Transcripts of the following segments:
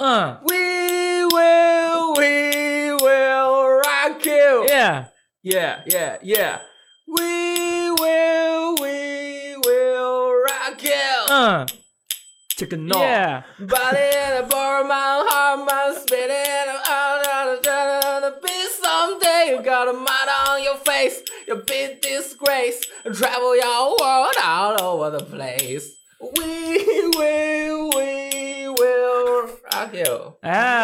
We will rock you. Yeah. We will rock you. 这个 no. Yeah. Body and ball, my heart, my spirit, out the beat. Someday you got a mud on your face. You'll be disgrace. Travel your world all over the place. We will rock you.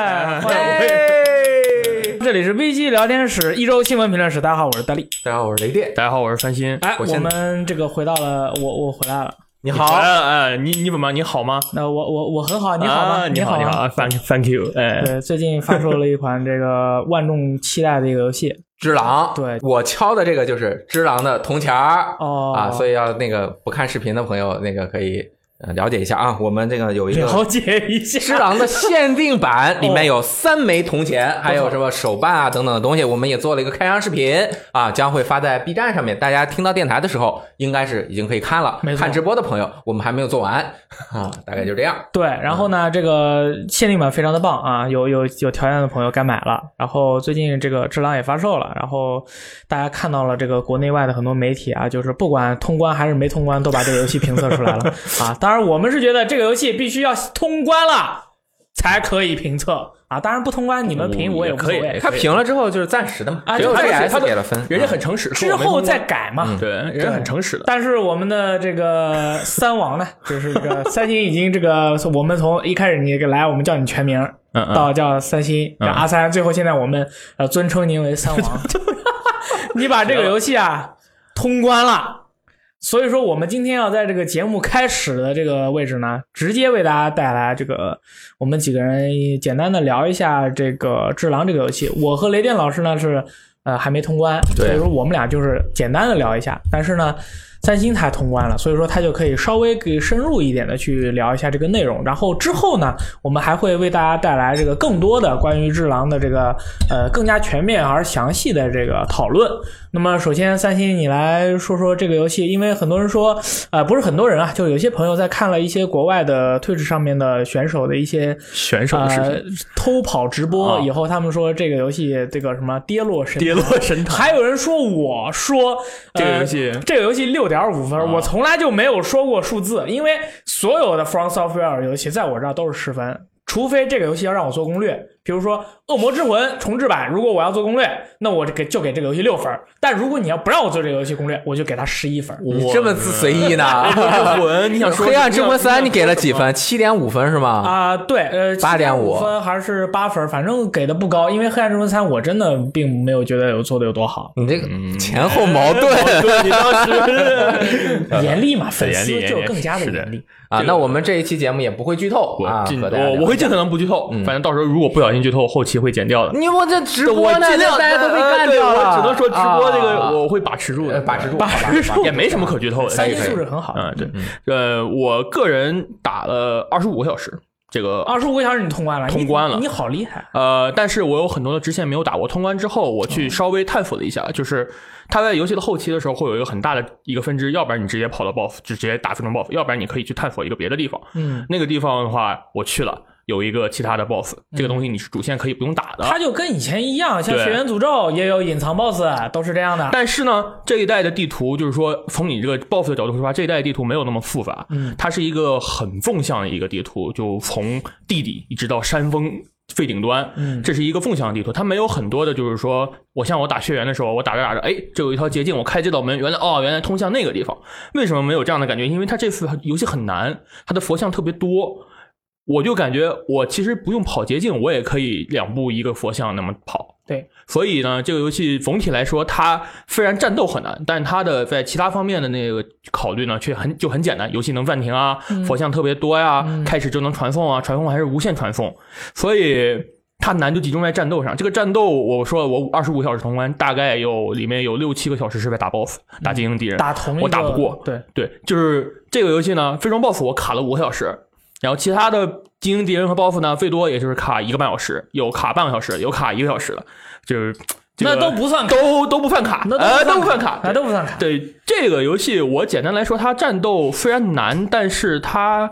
这里是危机聊天室一周新闻评论室，大家好，我是大力。 大家好，我是雷电。 大家好，我是范鑫。 我们这个回到了，我回来了。 你好， 你怎么你好吗？ 那我很好，你好吗？ 你好 ，Thank you。 对，最近发售了一款这个万众期待的一个游戏， 只狼。 对， 我敲的这个就是只狼的铜钱儿所以要那个不看视频的朋友，那个可以了解一下啊。我们这个有一个了解一下只狼的限定版，里面有3枚铜钱，还有什么手办啊等等的东西。我们也做了一个开箱视频啊，将会发在 B 站上面。大家听到电台的时候，应该是已经可以看了。看直播的朋友，我们还没有做完啊，大概就这样。 对，然后呢，这个限定版非常的棒啊，有条件的朋友该买了。然后最近这个只狼也发售了，然后大家看到了这个国内外的很多媒体啊，就是不管通关还是没通关，都把这个游戏评测出来了啊。当然我们是觉得这个游戏必须要通关了才可以评测啊，当然不通关你们评我也无所谓。 他评了之后就是暂时的嘛， 啊， 只有 GS 给了分， 人家很诚实， 之后再改嘛。 对，人家很诚实的。 但是我们的这个三王呢，就是这个三星已经这个，我们从一开始你来我们叫你全名，到叫三星，叫阿三，最后现在我们尊称您为三王。你把这个游戏啊通关了。所以说我们今天要在这个节目开始的这个位置呢，直接为大家带来这个我们几个人简单的聊一下这个只狼这个游戏。我和雷电老师呢是还没通关，所以说我们俩就是简单的聊一下。但是呢三星他通关了，所以说他就可以稍微给深入一点的去聊一下这个内容。然后之后呢，我们还会为大家带来这个更多的关于只狼的这个更加全面而详细的这个讨论。那么首先三星你来说说这个游戏，因为很多人说不是很多人啊，就有些朋友在看了一些国外的Twitch上面的选手的一些选手的视频偷跑直播以后，他们说这个游戏这个什么跌落神坛，还有人说我说这个游戏6.5分，我从来就没有说过数字，因为所有的 From Software 游戏在我这儿都是10分，除非这个游戏要让我做攻略，比如说恶魔之魂重置版，如果我要做攻略，那我就给这个游戏6分，但如果你要不让我做这个游戏攻略，我就给它11分。 你这么随意呢？ 你想说黑暗之魂3你给了几分？7.5分是吗？ 对，8.5分还是8分，反正给的不高，因为黑暗之魂3我真的并没有觉得做的有多好。 你这个前后矛盾， 你当时严厉嘛，粉丝就更加的严厉啊。那我们这一期节目也不会剧透啊， 我会尽可能不剧透，反正到时候如果不小心剧透，后期会剪掉的。 我这直播呢，大家都被干掉了。 我只能说直播这个我会把持住的， 把持住， 也没什么可剧透的。 三星素质很好。 对，我个人打了25个小时。这个 25个小时你通关了，你好厉害。 但是我有很多的支线没有打。我通关之后，我去稍微探索了一下，就是它在游戏的后期的时候会有一个很大的一个分支，要不然你直接跑到 BOSS 直接打最终 BOSS， 要不然你可以去探索一个别的地方。那个地方的话我去了。有一个其他的 boss， 这个东西你是主线可以不用打的。 它就跟以前一样，像血缘诅咒也有隐藏 boss， 都是这样的。 但是呢，这一代的地图就是说，从你这个 boss 的角度出发，这一代的地图没有那么复杂，它是一个很纵向的一个地图，就从地底一直到山峰最顶端，这是一个纵向的地图，它没有很多的，就是说，我打血缘的时候，我打着，这有一条捷径，我开这道门，原来通向那个地方。为什么没有这样的感觉？因为它这次游戏很难，它的佛像特别多。我就感觉我其实不用跑捷径，我也可以2步一个佛像那么跑。 对， 所以呢，这个游戏总体来说，它虽然战斗很难，但它的在其他方面的那个考虑呢，却很简单。游戏能暂停啊，佛像特别多呀，开始就能传送啊，传送还是无限传送，所以它难就集中在战斗上。这个战斗，我说我25小时通关，大概里面有6-7个小时是在打 BOSS， 打精英敌人，我打不过。对，就是这个游戏呢，最终 BOSS 我卡了5个小时。然后其他的精英敌人和 BOSS 呢，最多也就是卡1个半小时，有卡半个小时，有卡1个小时的，就是那都不算卡， 都不算卡，都不算卡， 都不算卡。 对，这个游戏我简单来说，它战斗虽然难，但是它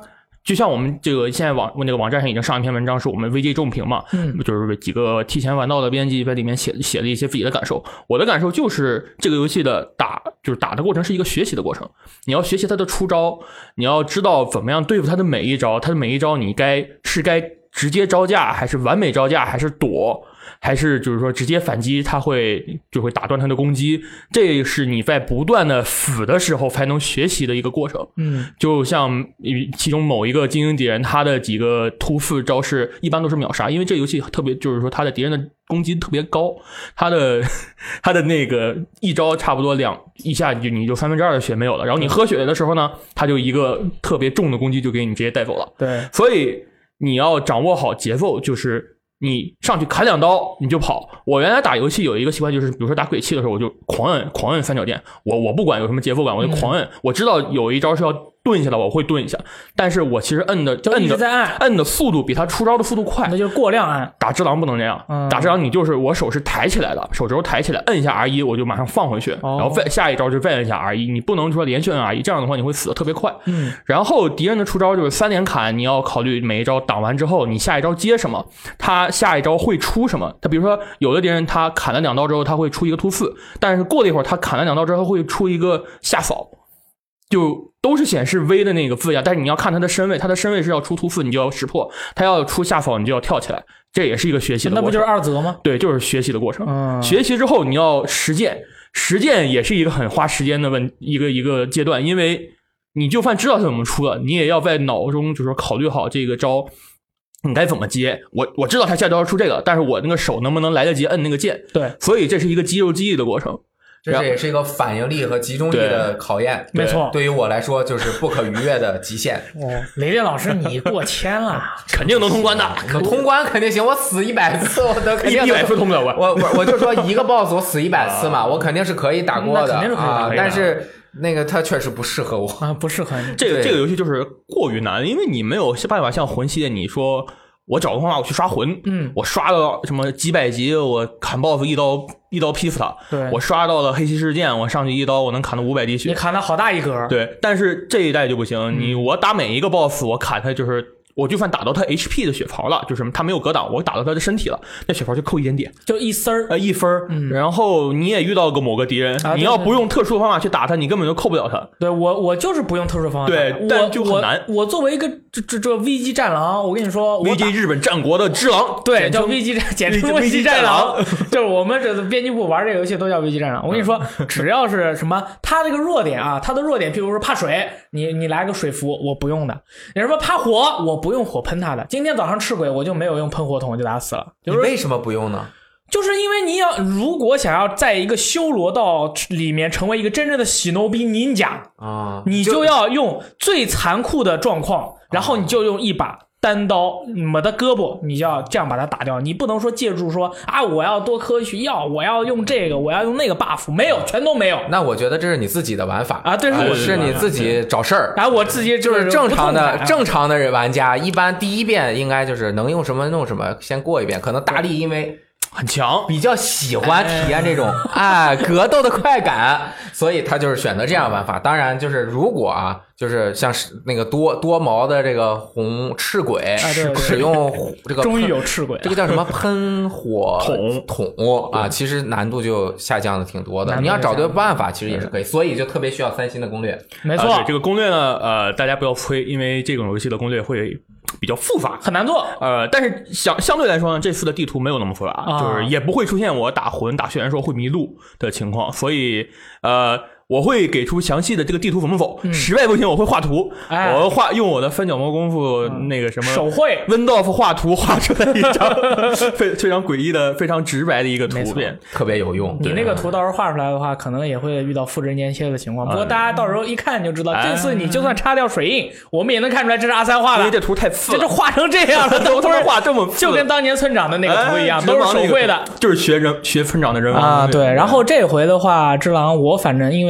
就像我们这个现在那个网站上已经上一篇文章，是我们 VG 中评嘛，就是几个提前玩到的编辑在里面写了一些自己的感受。我的感受就是这个游戏的打的过程是一个学习的过程，你要学习它的出招，你要知道怎么样对付它的每一招，它的每一招你该直接招架，还是完美招架，还是躲，还是就是说直接反击，就会打断他的攻击。这是你在不断的死的时候才能学习的一个过程。就像其中某一个精英敌人，他的几个突刺招式一般都是秒杀，因为这个游戏特别就是说他的敌人的攻击特别高，他的那个一招差不多一下你就2/3的血没有了，然后你喝血的时候呢，他就一个特别重的攻击就给你直接带走了。 对， 所以你要掌握好节奏，就是你上去砍2刀你就跑。我原来打游戏有一个习惯，就是比如说打鬼泣的时候，我就狂摁三角键，我不管有什么节奏感，我就狂摁。我知道有一招是要顿一下的，我会顿一下，但是我其实摁的速度比他出招的速度快， 那就是过量按。 打只狼不能这样，打只狼你就是我手是抬起来的，手肘抬起来，摁一下 R1 我就马上放回去，然后下一招就再摁一下 R1，你不能说连续摁 R1，这样的话你会死得特别快。然后敌人的出招就是3连砍，你要考虑每一招挡完之后你下一招接什么，他下一招会出什么。他比如说有的敌人他砍了2刀之后他会出一个突刺，但是过了一会儿他砍了2刀之后会出一个下扫，就都是显示 V 的那个字呀，但是你要看他的身位，他的身位是要出突刺你就要识破，他要出下扫你就要跳起来，这也是一个学习的过程。 那不就是2则吗？ 对，就是学习的过程。学习之后你要实践也是一个很花时间的一个阶段，因为你就算知道他怎么出了，你也要在脑中就是考虑好这个招你该怎么接。我知道他下招要出这个，但是我那个手能不能来得及摁那个键？ 对， 所以这是一个肌肉记忆的过程。 这也是一个反应力和集中力的考验， 没错。 对于我来说，就是不可逾越的极限。 雷电老师，你过千了， 肯定能通关的。 通关肯定行，我死100次，我都肯定 100次通不了关。 我就说一个 boss 我死100次嘛，我肯定是可以打过的啊。但是那个它确实不适合我啊，不适合你。 这个游戏就是过于难，因为你没有办法像魂系列，你说我找个方法我去刷魂，我刷到什么几百级，我砍 boss 一刀劈死他。 对， 我刷到了黑骑士剑，我上去一刀我能砍到500滴血。 你砍他好大一格。 对，但是这一代就不行，我打每一个 boss 我砍他就是。我就算打到他 HP 的血槽了，就是他没有格挡，我打到他的身体了，那血槽就扣1点点， 就1分。 然后你也遇到个某个敌人，你要不用特殊的方法去打他，你根本就扣不了他。 对，我就是不用特殊方法。 对，但就很难。 我作为一个这 VG 战狼，我跟你说 ，VG 日本战国的只狼， 对，叫 VG 简称 VG 战狼，就是我们这编辑部玩这个游戏都叫 VG 战狼。我跟你说，只要是什么，他这个弱点啊，他的弱点，譬如说怕水，你来个水符，我不用的。你什么怕火，我不用火喷他的。今天早上赤鬼我就没有用喷火筒，我就打死了。 你为什么不用呢？ 就是因为如果想要在一个修罗道里面成为一个真正的喜诺比nin甲啊，你就要用最残酷的状况，然后你就用一把单刀没得胳膊，你就要这样把它打掉。你不能说借助说啊，我要多科学药，我要用这个，我要用那个 buff， 没有，全都没有。 那我觉得这是你自己的玩法啊，对， 是你自己找事儿。 然后我自己就是正常的玩家，一般第一遍应该就是能用什么弄什么，先过一遍。可能大力因为很强， 比较喜欢体验这种格斗的快感，所以他就是选择这样玩法。当然，就是如果就是像那个多毛的这个红赤鬼，使用这个终于有赤鬼， 这个叫什么喷火筒啊，其实难度就下降的挺多的。你要找对办法，其实也是可以，所以就特别需要3星的攻略。 没错， 这个攻略呢，大家不要吹，因为这种游戏的攻略会比较复杂， 很难做。 但是相对来说呢，这次的地图没有那么复杂，就是也不会出现我打魂打血缘兽会迷路的情况，所以我会给出详细的这个地图怎么走，实在不行我会画图，我用我的三角魔功夫那个什么手绘 Windows 画图画出来一张非常诡异的非常直白的一个图片， 特别有用。 你那个图到时候画出来的话，可能也会遇到复制粘贴的情况，不过大家到时候一看就知道，这次你就算擦掉水印，我们也能看出来这是阿三画的， 因为这图太次了， 这画成这样了， 都是画这么就跟当年村长的那个图一样，都是手绘的， 就是学村长的人啊。对，然后这回的话，只狼我反正因为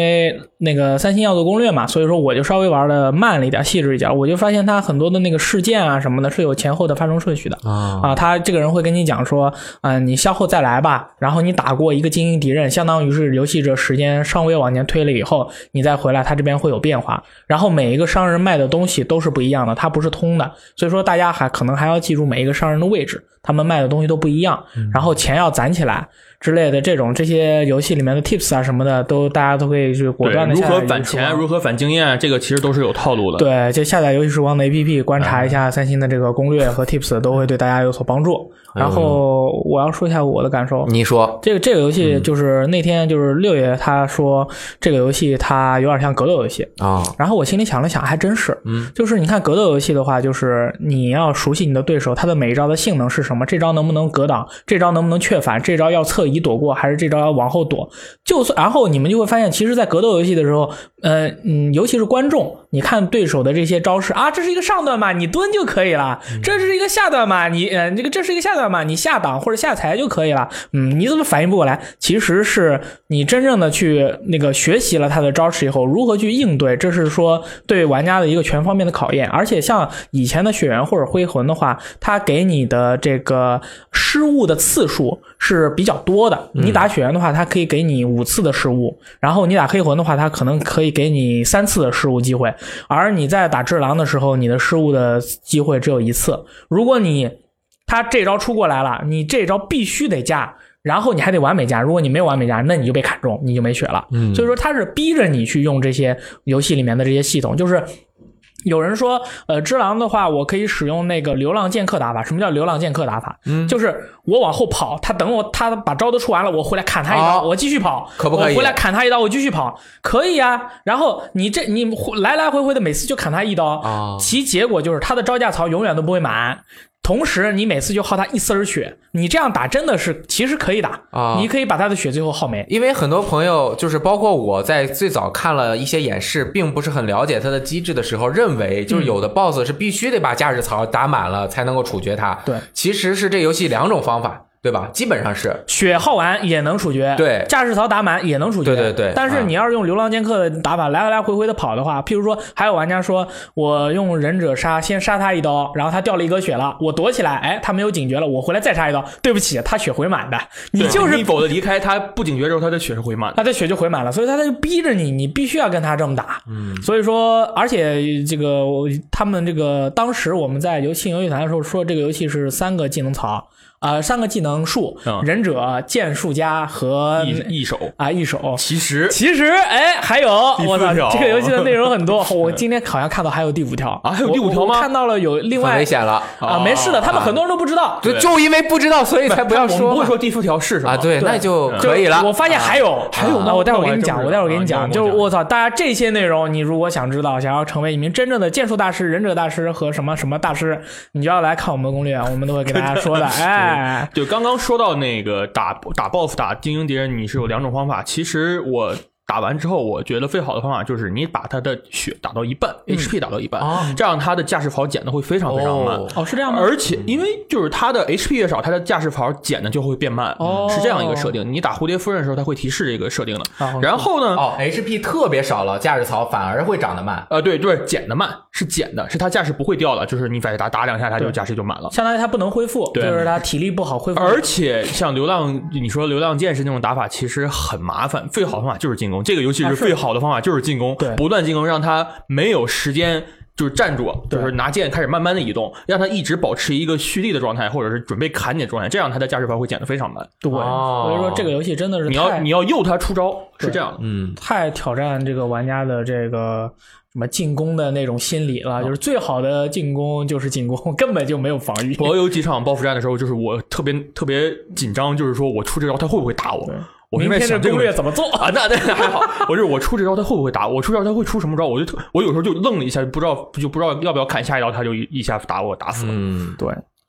为那个三星要做攻略嘛，所以说我就稍微玩的慢了一点，细致一点。我就发现它很多的那个事件啊什么的是有前后的发生顺序的他这个人会跟你讲说你消后再来吧，然后你打过一个精英敌人，相当于是游戏这时间稍微往前推了以后，你再回来，他这边会有变化。然后每一个商人卖的东西都是不一样的，它不是通的，所以说大家可能还要记住每一个商人的位置，他们卖的东西都不一样，然后钱要攒起来之类的，这些游戏里面的 tips 啊什么的，大家都可以去果断的如何返钱，如何返经验，这个其实都是有套路的。 对，就下载游戏时光的 APP， 观察一下三星的这个攻略和 tips， 都会对大家有所帮助。然后我要说一下我的感受。 你说这个游戏就是那天就是6爷他说这个游戏它有点像格斗游戏然后我心里想了想，还真是就是你看格斗游戏的话，就是你要熟悉你的对手，他的每一招的性能是什么，这招能不能格挡，这招能不能确反，这招要侧移躲过还是这招要往后躲，然后你们就会发现，其实在格斗游戏的时候尤其是观众，你看对手的这些招式这是一个上段嘛，你蹲就可以了，这是一个下段嘛，你这是一个下段嘛，你下挡或者下踩就可以了。你怎么反应不过来？其实是你真正的去那个学习了他的招式以后，如何去应对，这是说对玩家的一个全方面的考验。而且像以前的血缘或者灰魂的话，它给你的这个失误的次数是比较多的。你打血缘的话，它可以给你5次的失误，然后你打黑魂的话，它可能可以给你3次的失误机会，而你在打智狼的时候，你的失误的机会只有1次。如果他这招出过来了，你这招必须得加，然后你还得完美加，如果你没有完美加，那你就被砍中，你就没血了。所以说他是逼着你去用这些游戏里面的这些系统。就是有人说只狼的话我可以使用那个流浪剑客打法。什么叫流浪剑客打法？就是我往后跑，他把招都出完了，我回来砍他一刀，我继续跑， 可不可以？ 我回来砍他一刀，我继续跑，可以啊。然后你来来回回的每次就砍他一刀其结果就是他的招架槽永远都不会满，同时你每次就耗他1丝血，你这样打真的是其实可以打你可以把他的血最后耗没。 因为很多朋友就是包括我在最早看了一些演示并不是很了解它的机制的时候，认为就是有的 boss 是必须得把驾驶槽打满了才能够处决他。 对， 其实是这游戏2种方法，对吧？基本上是血耗完也能处决， 对， 驾驶槽打满也能处决， 对。 但是你要是用流浪剑客的打法来来回回的跑的话，譬如说还有玩家说我用忍者杀，先杀他一刀，然后他掉了1格血了，我躲起来，他没有警觉了，我回来再杀一刀，对不起，他血回满的，你就是你否则离开他不警觉之后，他的血是回满的， 他的血就回满了，所以他就逼着你必须要跟他这么打。所以说，而且这个他们这个当时我们在游戏团的时候说，这个游戏是3个技能槽。3个技能树，忍者、剑术家和一手一手。 其实还有我操，这个游戏的内容很多。我今天好像看到还有第5条还有第5条吗？ 我看到了有另外很危险了没事的，他们很多人都不知道， 就因为不知道所以才不要说。 我们不会说第4条是什么对，那就可以了。 我发现还有吗？ 我待会儿给你讲，就是我操，大家这些内容，你如果想知道，想要成为一名真正的剑术大师、忍者大师和什么什么大师，你就要来看我们的攻略，我们都会给大家说的。 就刚刚说到那个打 BOSS 打精英敌人，你是有2种方法。其实我打完之后，我觉得最好的方法就是你把他的血打到一半，HP 打到一半，这样他的驾驶槽减的会非常非常慢。 是这样吗？ 而且因为就是他的 HP 越少，他的驾驶槽减的就会变慢，是这样一个设定。你打蝴蝶夫人的时候，它会提示这个设定的。然后呢 ，HP 特别少了，驾驶槽反而会长得慢。 对，减的慢，是减的，是他驾驶不会掉了，就是你再打2下，他就驾驶就满了， 相当于他不能恢复，就是他体力不好恢复。 而且像你说流浪剑士那种打法，其实很麻烦，最好的方法就是进攻。这个游戏是最好的方法就是进攻，不断进攻，让他没有时间就是站住，就是拿剑开始慢慢的移动，让他一直保持一个蓄力的状态，或者是准备砍你的状态，这样他的驾驶槽会减得非常慢。 对，所以说这个游戏真的是你要诱他出招，是这样的。 太挑战这个玩家的这个什么进攻的那种心理了，就是最好的进攻就是进攻，根本就没有防御。 我有几场报复战的时候，就是我特别紧张，就是说我出这招他会不会打我。我明天的攻略怎么做那还好。我出这招他会不会打我？出这招他会出什么招？我有时候就愣了一下，不知道要不要砍下一刀，他就一下打死了。 对，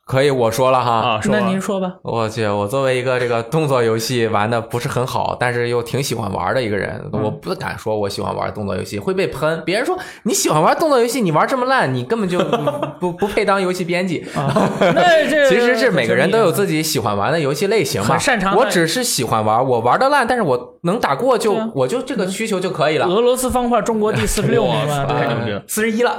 可以，我说了哈啊， 那您说吧。 我去，我作为一个这个动作游戏玩的不是很好，但是又挺喜欢玩的一个人，我不敢说我喜欢玩动作游戏，会被喷。别人说你喜欢玩动作游戏，你玩这么烂，你根本就不配当游戏编辑。 那这其实是每个人都有自己喜欢玩的游戏类型嘛。 很擅长。 我只是喜欢玩，我玩的烂，但是我能打过我就这个需求就可以了。 俄罗斯方块中国第46名吧 ，41了，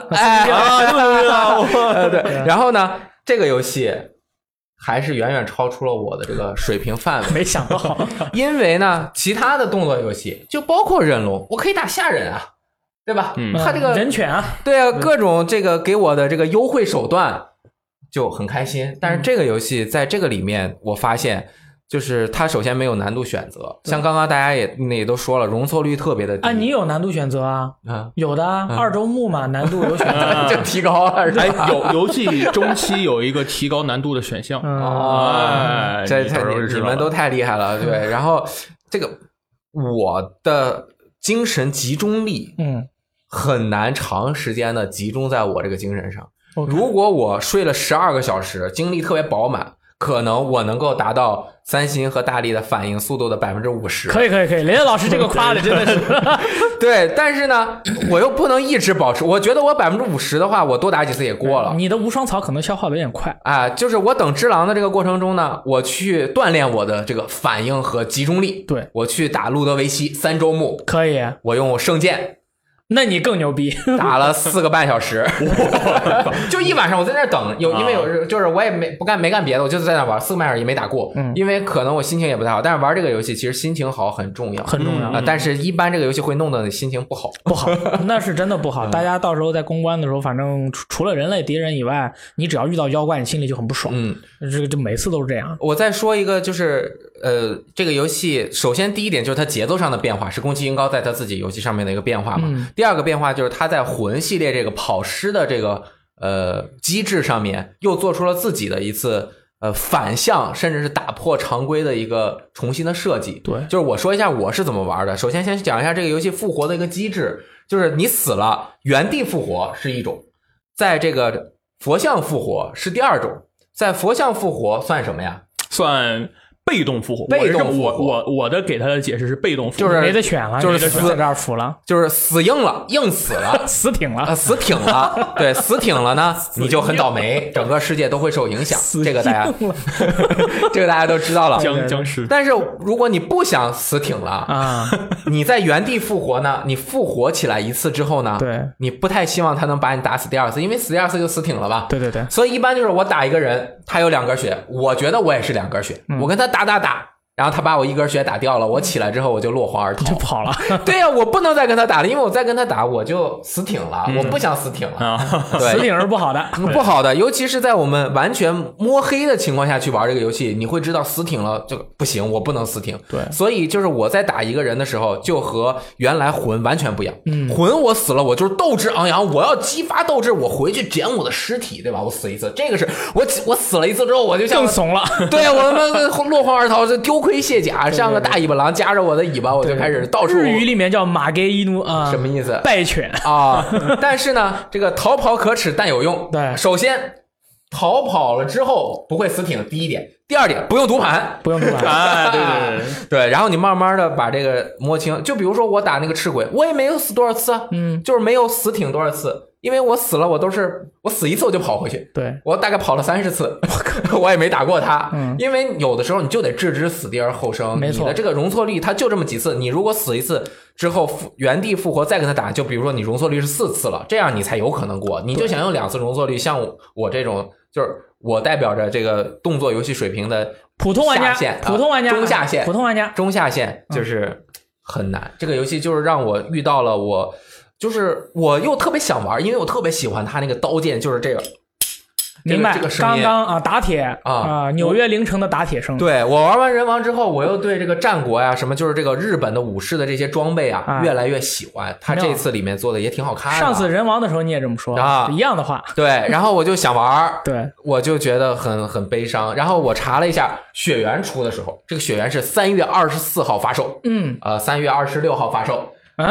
哎， 对。然后呢？这个游戏还是远远超出了我的这个水平范围， 没想到， 因为呢，其他的动作游戏就包括忍龙，我可以打吓人啊，对吧？他这个人犬啊， 对啊，各种这个给我的这个优惠手段就很开心。但是这个游戏在这个里面，我发现就是它首先没有难度选择，像刚刚大家也都说了，容错率特别的低啊。你有难度选择啊？有的2周目嘛，难度有选择就提高了。 哎，游戏中期有一个提高难度的选项这你们都太厉害了，对。然后这个我的精神集中力，很难长时间的集中在我这个精神上。如果我睡了12个小时，精力特别饱满，可能我能够达到三星和大力的反应速度的50%。 可以，雷电老师这个夸的真的是对，但是呢，我又不能一直保持。我觉得我50%的话，我多打几次也过了。 你的无双草可能消耗的有点快啊，就是我等只狼的这个过程中呢，我去锻炼我的这个反应和集中力。 对， 我去打路德维希3周目， 可以。 我用圣剑。 那你更牛逼， 打了4个半小时，就一晚上我在那等，因为就是我也没干别的，我就在那玩4个半小时也没打过，因为可能我心情也不太好，但是玩这个游戏其实心情好很重要， 很重要但是一般这个游戏会弄得你心情不好， 那是真的不好。大家到时候在公关的时候，反正除了人类敌人以外，你只要遇到妖怪，你心里就很不爽，这个就每次都是这样。 我再说一个，就是这个游戏首先第一点就是它节奏上的变化，是宫崎英高在他自己游戏上面的一个变化嘛。第二个变化就是他在魂系列这个跑尸的这个机制上面又做出了自己的一次反向甚至是打破常规的一个重新的设计。 对， 就是我说一下我是怎么玩的。首先先讲一下这个游戏复活的一个机制，就是你死了原地复活是一种，在这个佛像复活是第二种。在佛像复活算什么呀？ 算被动复活。我的给他的解释是被动复活， 就是没得选了， 就是在这儿服了， 就是死硬了，硬死了， 死挺了， 死挺了。对，死挺了呢，你就很倒霉，整个世界都会受影响。这个大家这个大家都知道了。 僵尸。 但是如果你不想死挺了啊，你在原地复活呢，你复活起来一次之后呢， 对，你不太希望他能把你打死第二次，因为死第二次就死挺了吧。 对对对。 所以一般就是我打一个人，他有2根血，我觉得我也是2根血，我跟他打，然后他把我1根血打掉了，我起来之后我就落荒而逃， 就跑了。 对呀，我不能再跟他打了，因为我再跟他打我就死挺了，我不想死挺了。对， 死挺是不好的， 不好的，尤其是在我们完全摸黑的情况下去玩这个游戏，你会知道死挺了就不行，我不能死挺。 对， 所以就是我在打一个人的时候，就和原来魂完全不一样。魂我死了，我就是斗志昂扬，我要激发斗志，我回去捡我的尸体，对吧？我死一次，这个是我死了一次之后，我就像更怂了。 对，我们落荒而逃，就丢盔卸甲，像个大尾巴狼夹着我的尾巴，我就开始到处。 日语里面叫马给伊努啊， 什么意思？ 败犬啊。但是呢，这个逃跑可耻但有用。 对， 首先逃跑了之后不会死挺，第一点。第二点，不用读盘， 不用读盘。 啊，对。 对，然后你慢慢的把这个摸清。就比如说我打那个赤鬼，我也没有死多少次啊，就是没有死挺多少次。因为我死了，我死一次我就跑回去。 对， 我大概跑了30次，我也没打过他。因为有的时候你就得置之死地而后生， 没错， 你的这个容错率它就这么几次，你如果死一次之后原地复活再跟他打，就比如说你容错率是4次了，这样你才有可能过。你就想用2次容错率，像我这种就是我代表着这个动作游戏水平的普通玩家， 普通玩家，中下线， 普通玩家， 中下线就是很难。这个游戏就是让我遇到了就是我又特别想玩，因为我特别喜欢他那个刀剑，就是这个。 明白， 这个声音刚刚打铁纽约凌晨的打铁声。 对，我玩完人王之后，我又对这个战国呀什么，就是这个日本的武士的这些装备啊，越来越喜欢。他这次里面做的也挺好看的。 上次人王的时候你也这么说啊，一样的话。 对，然后我就想玩， 对， 我就觉得很悲伤。然后我查了一下，血缘出的时候，这个血缘是3月24号发售，3月26号发售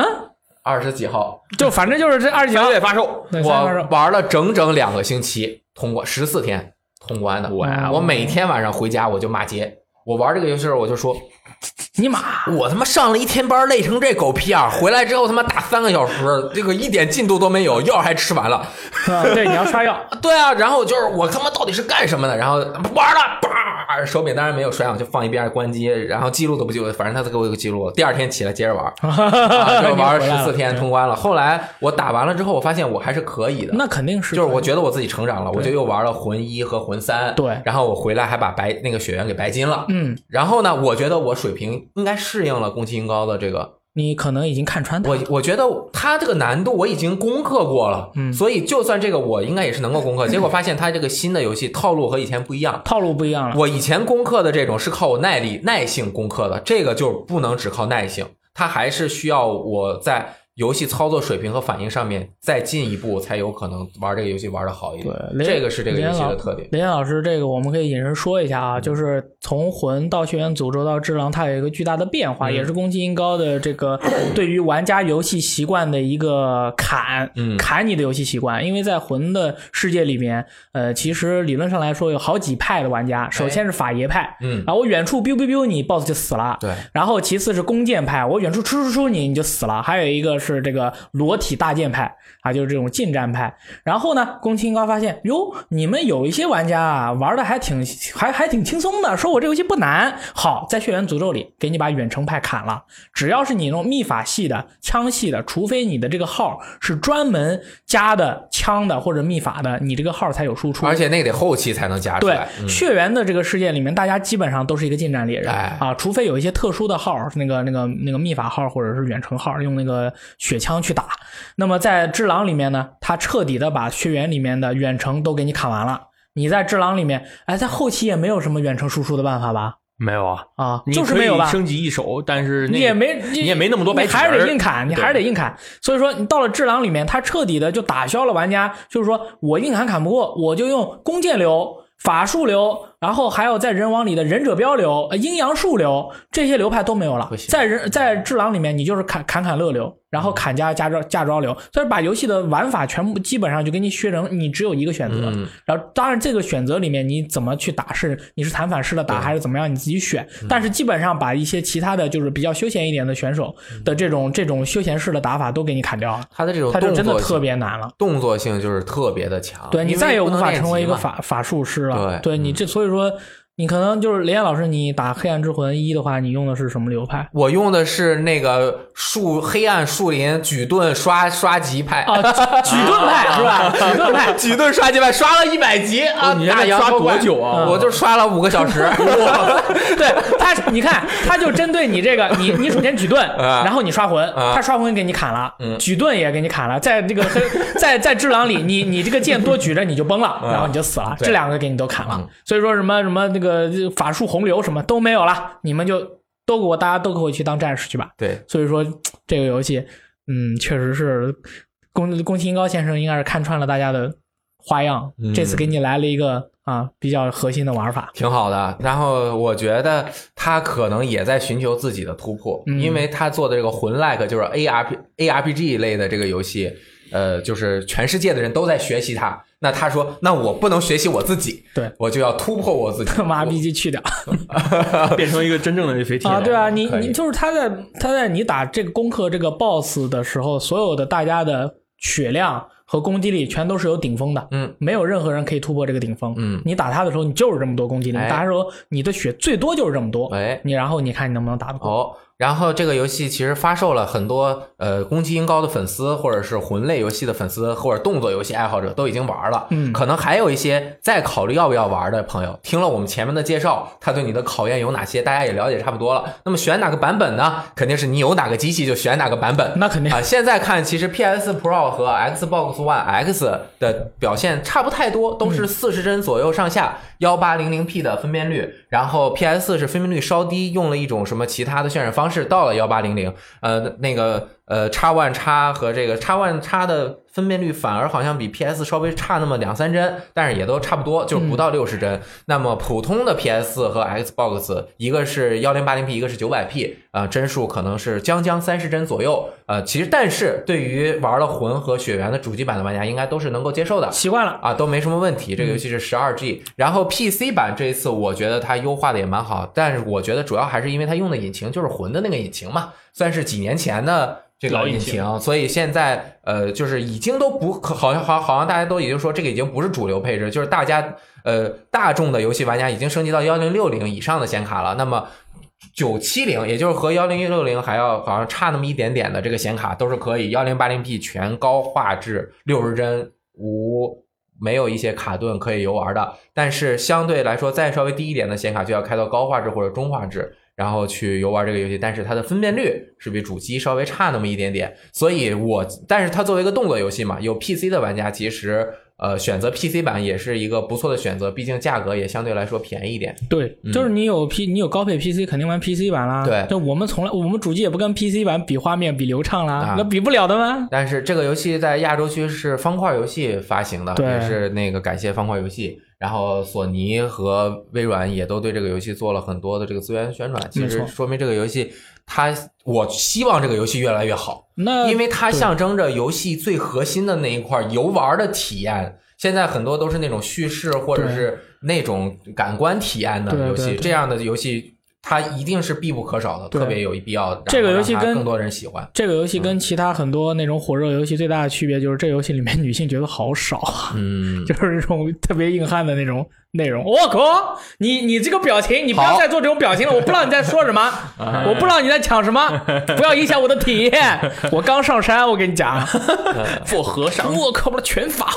，20几号， 就反正就是这20几号 3月发售。我玩了整整2个星期。通过14天通关的。 哇！ 我每天晚上回家我就骂街。我玩这个游戏的时候我就说， 尼玛， 我他妈上了一天班累成这狗屁样，回来之后他妈打3个小时，这个一点进度都没有，药还吃完了。 对，你要刷药。 对啊，然后就是我他妈到底是干什么的？然后玩了，叭，手柄当然没有摔，我就放一边关机，然后记录都不记录，反正他给我一个记录。第二天起来接着玩，就玩了14天通关了。后来我打完了之后，我发现我还是可以的。 那肯定是， 就是我觉得我自己成长了，我就又玩了魂1和魂3。 对， 然后我回来还把那个血缘给白金了。然后呢，我觉得我水平应该适应了宫崎英高的这个。 你可能已经看穿它。 我觉得他这个难度我已经攻克过了，所以就算这个我应该也是能够攻克。结果发现他这个新的游戏套路和以前不一样， 套路不一样了。 我以前攻克的这种是靠我耐性攻克的，这个就不能只靠耐性，它还是需要我在游戏操作水平和反应上面再进一步，才有可能玩这个游戏玩得好一点。 对， 这个是这个游戏的特点。 林岩老师，这个我们可以引申说一下啊，就是从魂到血缘诅咒到只狼，它有一个巨大的变化，也是宫崎英高的这个对于玩家游戏习惯的一个砍你的游戏习惯。因为在魂的世界里面，其实理论上来说有好几派的玩家。首先是法爷派，然后我远处 biu biu biu 你 boss 就死了， 对。 然后其次是弓箭派，我远处出你就死了，还有一个是这个裸体大剑派啊，就是这种近战派。然后呢，宫崎英高发现，哟，你们有一些玩家啊，玩的还挺轻松的，说我这游戏不难。好，在血缘诅咒里给你把远程派砍了，只要是你那种秘法系的、枪系的，除非你的这个号是专门加的枪的或者秘法的，你这个号才有输出， 而且那个得后期才能加出来。 对，血缘的这个世界里面，大家基本上都是一个近战猎人啊，除非有一些特殊的号，那个秘法号或者是远程号，用那个血枪去打。那么在只狼里面呢，他彻底的把血缘里面的远程都给你砍完了。你在只狼里面，在后期也没有什么远程输出的办法吧？ 没有啊， 就是没有吧？ 你可以升级一手，但是你也没那么多白你还是得硬砍，你还是得硬砍。所以说你到了只狼里面，他彻底的就打消了玩家，就是说我硬砍不过，我就用弓箭流、法术流，然后还有在人王里的忍者镖流、阴阳术流，这些流派都没有了。在只狼里面，你就是砍乐流，然后砍价招流，所以把游戏的玩法全部基本上就给你削成你只有一个选择。然后当然这个选择里面你怎么去打，你是弹反式的打还是怎么样，你自己选。但是基本上把一些其他的就是比较休闲一点的选手的这种休闲式的打法都给你砍掉了。 他的这种他就真的特别难了， 动作性就是特别的强。 对，你再也无法成为一个法术师了。对你这，所以说你可能就是连老师，你打黑暗之魂1的话，你用的是什么流派？ 我用的是那个黑暗树林举盾刷级派啊，举盾派是吧？举盾派， 举盾刷级派，刷了100级啊！ 你还刷多久啊？ 我就刷了5个小时。 对他，你看，他就针对你这个，你首先举盾，然后你刷魂，他刷魂给你砍了，举盾也给你砍了，在这个在只狼里，你这个剑多举着你就崩了，然后你就死了，这2个给你都砍了。所以说什么那个法术洪流什么都没有了，你们就大家都给我去当战士去吧。 对， 所以说这个游戏，确实是宫崎英高先生应该是看穿了大家的花样，这次给你来了一个比较核心的玩法， 挺好的。然后我觉得他可能也在寻求自己的突破，因为他做的这个魂 like 就是 ARPG 类的这个游戏，就是全世界的人都在学习它。那他说，那我不能学习我自己， 对， 我就要突破我自己， 把 RPG 去掉， 变成一个真正的 FT 啊！对啊，你就是他在你打这个攻克这个 BOSS 的时候，所有的大家的血量和攻击力全都是有顶峰的，没有任何人可以突破这个顶峰。你打他的时候，你就是这么多攻击力；你打他的时候，你的血最多就是这么多。然后你看你能不能打得过。 然后这个游戏其实发售了很多宫崎英高的粉丝，或者是魂类游戏的粉丝，或者动作游戏爱好者都已经玩了。可能还有一些在考虑要不要玩的朋友，听了我们前面的介绍，他对你的考验有哪些，大家也了解差不多了。那么选哪个版本呢？肯定是你有哪个机器就选哪个版本。 那肯定现在看其实 PS Pro 和 Xbox One X 的表现差不太多，都是40帧左右上下，1800P 的分辨率。然后 PS4 是分辨率稍低，用了一种什么其他的渲染方式到了1800，那个 X1 X和这个 X1 X的分辨率反而好像比 PS 稍微差那么2-3帧，但是也都差不多，就不到60帧。那么普通的 PS 和 Xbox 一个是 1080p 一个是 900p 帧数可能是将30帧左右。其实但是对于玩了魂和血缘的主机版的玩家应该都是能够接受的， 习惯了都没什么问题。这个游戏是 12G，然后 PC 版这一次我觉得它优化的也蛮好，但是我觉得主要还是因为它用的引擎就是魂的那个引擎嘛，算是几年前的这个引擎，所以现在就是已经都不好像大家都已经说这个已经不是主流配置，就是大家大众的游戏玩家已经升级到1060以上的显卡了。那么970也就是和1060还要好像差那么一点点的这个显卡都是可以 1080p 全高画质60帧没有一些卡顿可以游玩的，但是相对来说再稍微低一点的显卡就要开到高画质或者中画质然后去游玩这个游戏，但是它的分辨率是比主机稍微差那么一点点，所以但是它作为一个动作游戏嘛，有 PC 的玩家其实选择 PC 版也是一个不错的选择，毕竟价格也相对来说便宜一点。 对，就是你有高配 PC 肯定玩 PC 版啦。 对， 就我们主机也不跟 PC 版比画面比流畅啦，那比不了的吗？ 但是这个游戏在亚洲区是方块游戏发行的，也是那个感谢方块游戏。然后索尼和微软也都对这个游戏做了很多的这个资源宣传，其实说明这个游戏我希望这个游戏越来越好，因为它象征着游戏最核心的那一块游玩的体验。现在很多都是那种叙事或者是那种感官体验的游戏，这样的游戏它一定是必不可少的，特别有必要这个游戏跟更多人喜欢。 这个游戏跟其他很多那种火热游戏最大的区别就是这游戏里面女性角色好少啊，就是这种特别硬汉的那种内容。我靠，你这个表情，你不要再做这种表情了，我不知道你在说什么，我不知道你在抢什么，不要影响我的体验。我刚上山，我跟你讲， 做和尚， 我靠，把拳法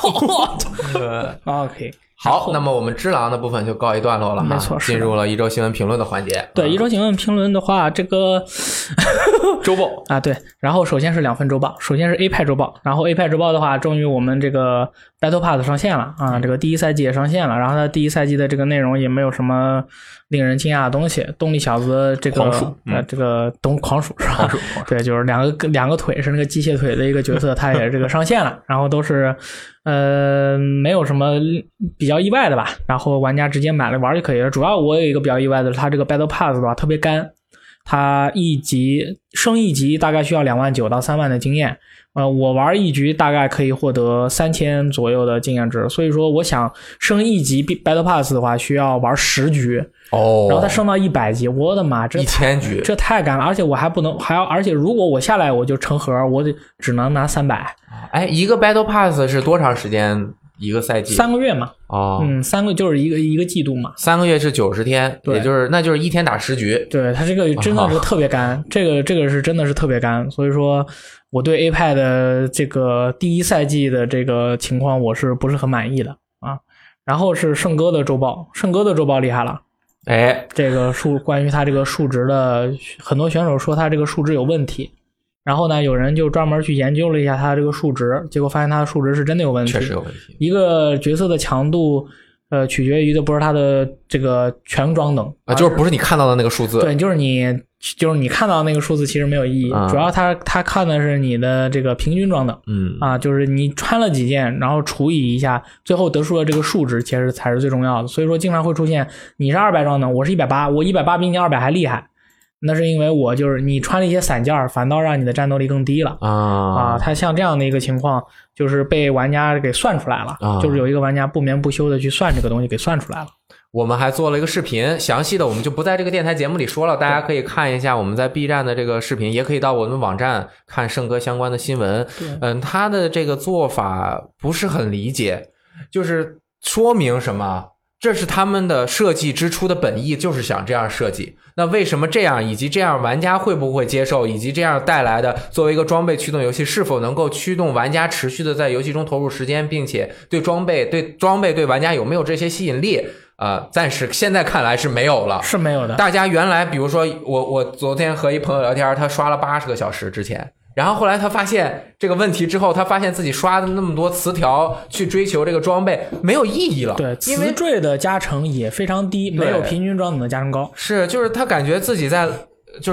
，OK。 好，那么我们只狼的部分就告一段落了哈， 没错， 进入了一周新闻评论的环节。 对，一周新闻评论的话，这个周报啊，对，然后首先是2份周报，首先是 A 派周报，然后 A 派周报的话，终于我们这个 Battle Pass 上线了啊，这个第一赛季也上线了，然后它第一赛季的这个内容也没有什么令人惊讶的东西，动力小子这个这个狂鼠是吧？狂鼠对，就是两个腿是那个机械腿的一个角色，它也这个上线了，然后都是没有什么比较意外的吧，然后玩家直接买了玩就可以了。主要我有一个比较意外的是，它这个 Battle Pass 的话特别干，它升一级大概需要29000到3万的经验，我玩一局大概可以获得3000左右的经验值，所以说我想升一级 Battle Pass 的话需要玩10局然后它升到100级，我的妈，这 1000局， 这太干了，而且我而且如果我下来我就成盒，我只能拿300。 哎，一个 Battle Pass 是多长时间一个赛季 ？3个月嘛。 哦 ，3个就是一个季度嘛。 3个月是90天，也就是那就是一天打10局。 对，它这个真的是特别干，这个是真的是特别干，所以说我对 A 派的这个第一赛季的这个情况我是不是很满意的啊？然后是圣哥的周报，圣哥的周报厉害了。 哎， 这个关于他这个数值的，很多选手说他这个数值有问题，然后呢有人就专门去研究了一下他这个数值，结果发现他的数值是真的有问题， 确实有问题。 一个角色的强度取决于的不是他的这个全装等就是不是你看到的那个数字。 对，就是你看到那个数字其实没有意义，主要他看的是你的这个平均装等。就是你穿了几件，然后除以一下，最后得出的这个数值其实才是最重要的。所以说经常会出现你是200装等，我是180，我180比你200还厉害，那是因为我就是你穿了一些散件，反倒让你的战斗力更低了它像这样的一个情况就是被玩家给算出来了就是有一个玩家不眠不休的去算这个东西给算出来了。 我们还做了一个视频，详细的我们就不在这个电台节目里说了，大家可以看一下我们在 B 站的这个视频，也可以到我们网站看圣哥相关的新闻。他的这个做法不是很理解，就是说明什么？这是他们的设计之初的本意，就是想这样设计。那为什么这样，以及这样玩家会不会接受，以及这样带来的作为一个装备驱动游戏是否能够驱动玩家持续的在游戏中投入时间，并且对装备对玩家有没有这些吸引力？暂时现在看来是没有了， 是没有的。 大家原来比如说我昨天和一朋友聊天，他刷了80个小时之前，然后后来他发现这个问题之后，他发现自己刷的那么多词条去追求这个装备没有意义了。 对，词缀的加成也非常低，没有平均装等的加成高。 是，就是他感觉自己在就是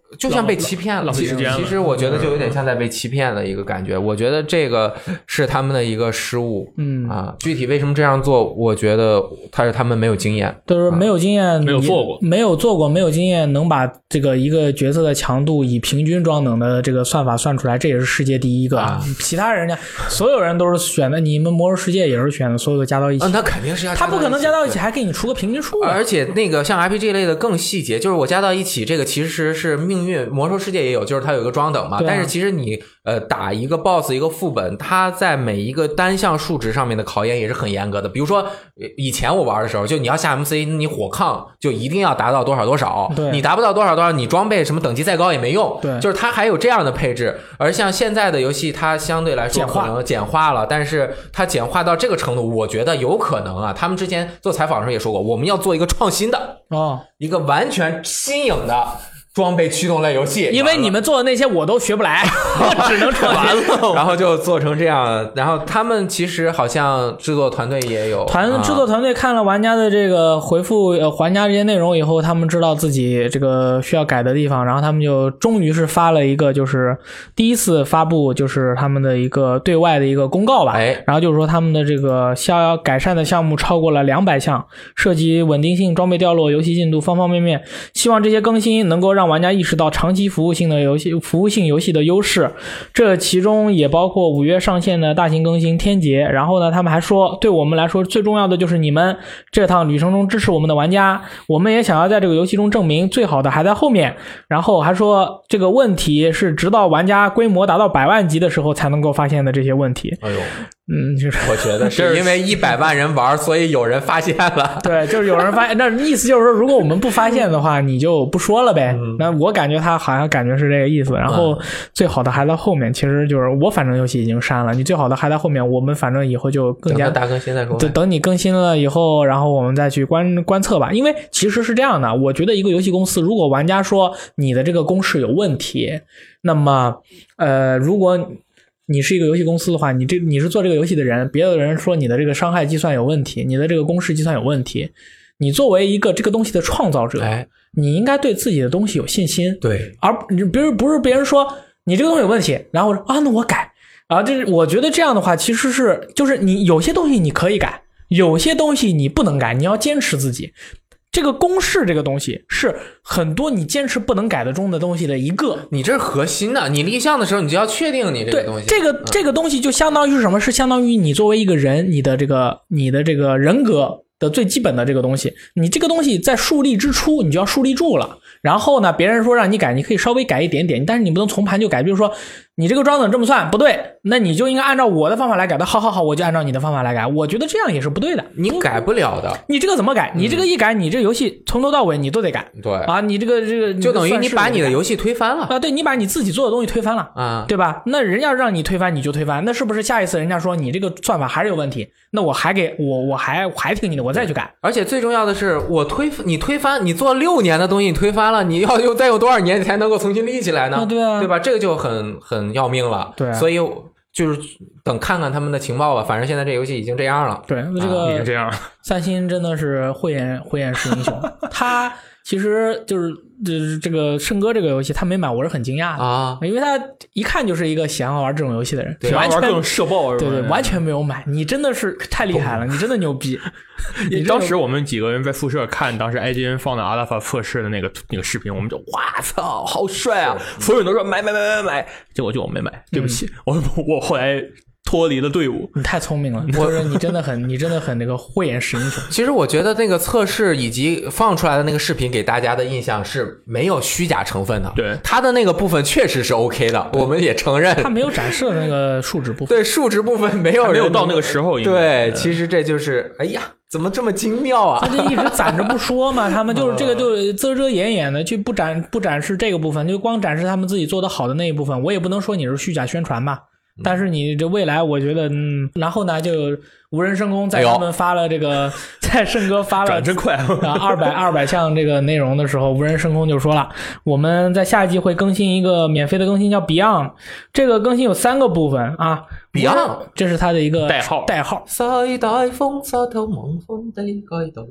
就像被欺骗了，其实我觉得就有点像在被欺骗的一个感觉。我觉得这个是他们的一个失误，具体为什么这样做，我觉得他们没有经验， 都是没有经验， 没有做过， 没有经验，能把这个一个角色的强度以平均装等的这个算法算出来，这也是世界第一个。其他人家所有人都是选的，你们魔兽世界也是选的，所有的加到一起， 他肯定是要加到一起， 他不可能加到一起还给你出个平均数。 而且那个像 RPG 类的更细节，就是我加到一起，这个其实是命运，魔兽世界也有，就是它有一个装等嘛。但是其实你打一个 BOSS 一个副本，它在每一个单项数值上面的考验也是很严格的。比如说以前我玩的时候，就你要下 MC， 你火抗就一定要达到多少多少，你达不到多少多少，你装备什么等级再高也没用。 对， 就是它还有这样的配置。而像现在的游戏，它相对来说可能简化了，但是它简化到这个程度，我觉得有可能啊。他们之前做采访的时候也说过，我们要做一个创新的一个完全新颖的装备驱动类游戏， 因为你们做的那些我都学不来，我只能创新了。 然后就做成这样，然后他们其实好像制作团队也有制作团队看了玩家的这个回复玩家这些内容以后，他们知道自己这个需要改的地方，然后他们就终于是发了一个就是第一次发布就是他们的一个对外的一个公告吧。然后就是说他们的这个需要改善的项目超过了200项，涉及稳定性、装备掉落、游戏进度方方面面，希望这些更新能够让玩家意识到长期服务性游戏的优势，这其中也包括5月上线的大型更新天劫。然后呢，他们还说对我们来说最重要的就是你们这趟旅程中支持我们的玩家，我们也想要在这个游戏中证明最好的还在后面。然后还说这个问题是直到玩家规模达到100万级的时候才能够发现的这些问题。 哎呦，我觉得是因为100万人玩，所以有人发现了。 对，就是有人发现，那意思就是说，如果我们不发现的话，你就不说了呗。那我感觉他好像感觉是这个意思。然后最好的还在后面，其实就是我反正游戏已经删了，你最好的还在后面，我们反正以后就更加大更新再说。 等你更新了以后，然后我们再去观测吧。因为其实是这样的，我觉得一个游戏公司，如果玩家说你的这个公式有问题，那么如果你是一个游戏公司的话，你是做这个游戏的人，别的人说你的这个伤害计算有问题，你的这个公式计算有问题，你作为一个这个东西的创造者，你应该对自己的东西有信心。 对， 而不是别人说你这个东西有问题，然后那我改就是我觉得这样的话其实是就是你有些东西你可以改，有些东西你不能改，你要坚持自己。这个公式这个东西是很多你坚持不能改的中的东西的一个， 你这是核心的，你立项的时候你就要确定你这个东西。 这个东西就相当于是什么？是相当于你作为一个人，你的这个人格的最基本的这个东西，你这个东西在树立之初你就要树立住了。然后呢，别人说让你改，你可以稍微改一点点，但是你不能从盘就改。比如说你这个装等这么算不对，那你就应该按照我的方法来改的。好，我就按照你的方法来改。我觉得这样也是不对的， 你改不了的。 你这个怎么改？你这个一改，你这个游戏从头到尾你都得改。 对啊，你这个就等于你把你的游戏推翻了啊！对，你把你自己做的东西推翻了啊， 对吧？那人家让你推翻你就推翻，那是不是下一次人家说你这个算法还是有问题？那我还听你的，我再去改。 而且最重要的是，你推翻，你做6年的东西你推翻了，你要再有多少年你才能够重新立起来呢？ 对啊， 对吧？这个就很要命了。 对， 所以就是等看看他们的情报吧。反正现在这游戏已经这样了。 对，这个已经这样了。 三星真的是慧眼识英雄，他其实就是这个圣歌这个游戏他没买，我是很惊讶的啊， 因为他一看就是一个喜欢玩这种游戏的人， 完全各种社爆， 对，完全没有买。你真的是太厉害了，你真的牛逼。 当时我们几个人在宿舍看当时 IGN 放的阿拉法测试的那个视频，我们就哇操，好帅啊！所有人都说买，结果就我没买，对不起，我后来脱离了队伍。 你太聪明了，你真的很那个慧眼识英雄。 其实我觉得那个测试以及放出来的那个视频给大家的印象是没有虚假成分的。 对， 他的那个部分确实是 OK 的，我们也承认。 他没有展示那个数值部分。 对，数值部分没有到那个时候。 对，其实这就是哎呀。怎么这么精妙啊？ 他就一直攒着不说嘛，他们就是这个就遮掩的去不展示这个部分，就光展示他们自己做的好的那一部分。我也不能说你是虚假宣传吧，但是你这未来我觉得然后呢就无人升空在他们发了这个在圣歌发了真快 200项这个内容的时候，无人升空就说了，我们在下一季会更新一个免费的更新叫 Beyond， 这个更新有3个部分啊。 Beyond 这是他的一个代号。 塞大风沙透茫昏的街道，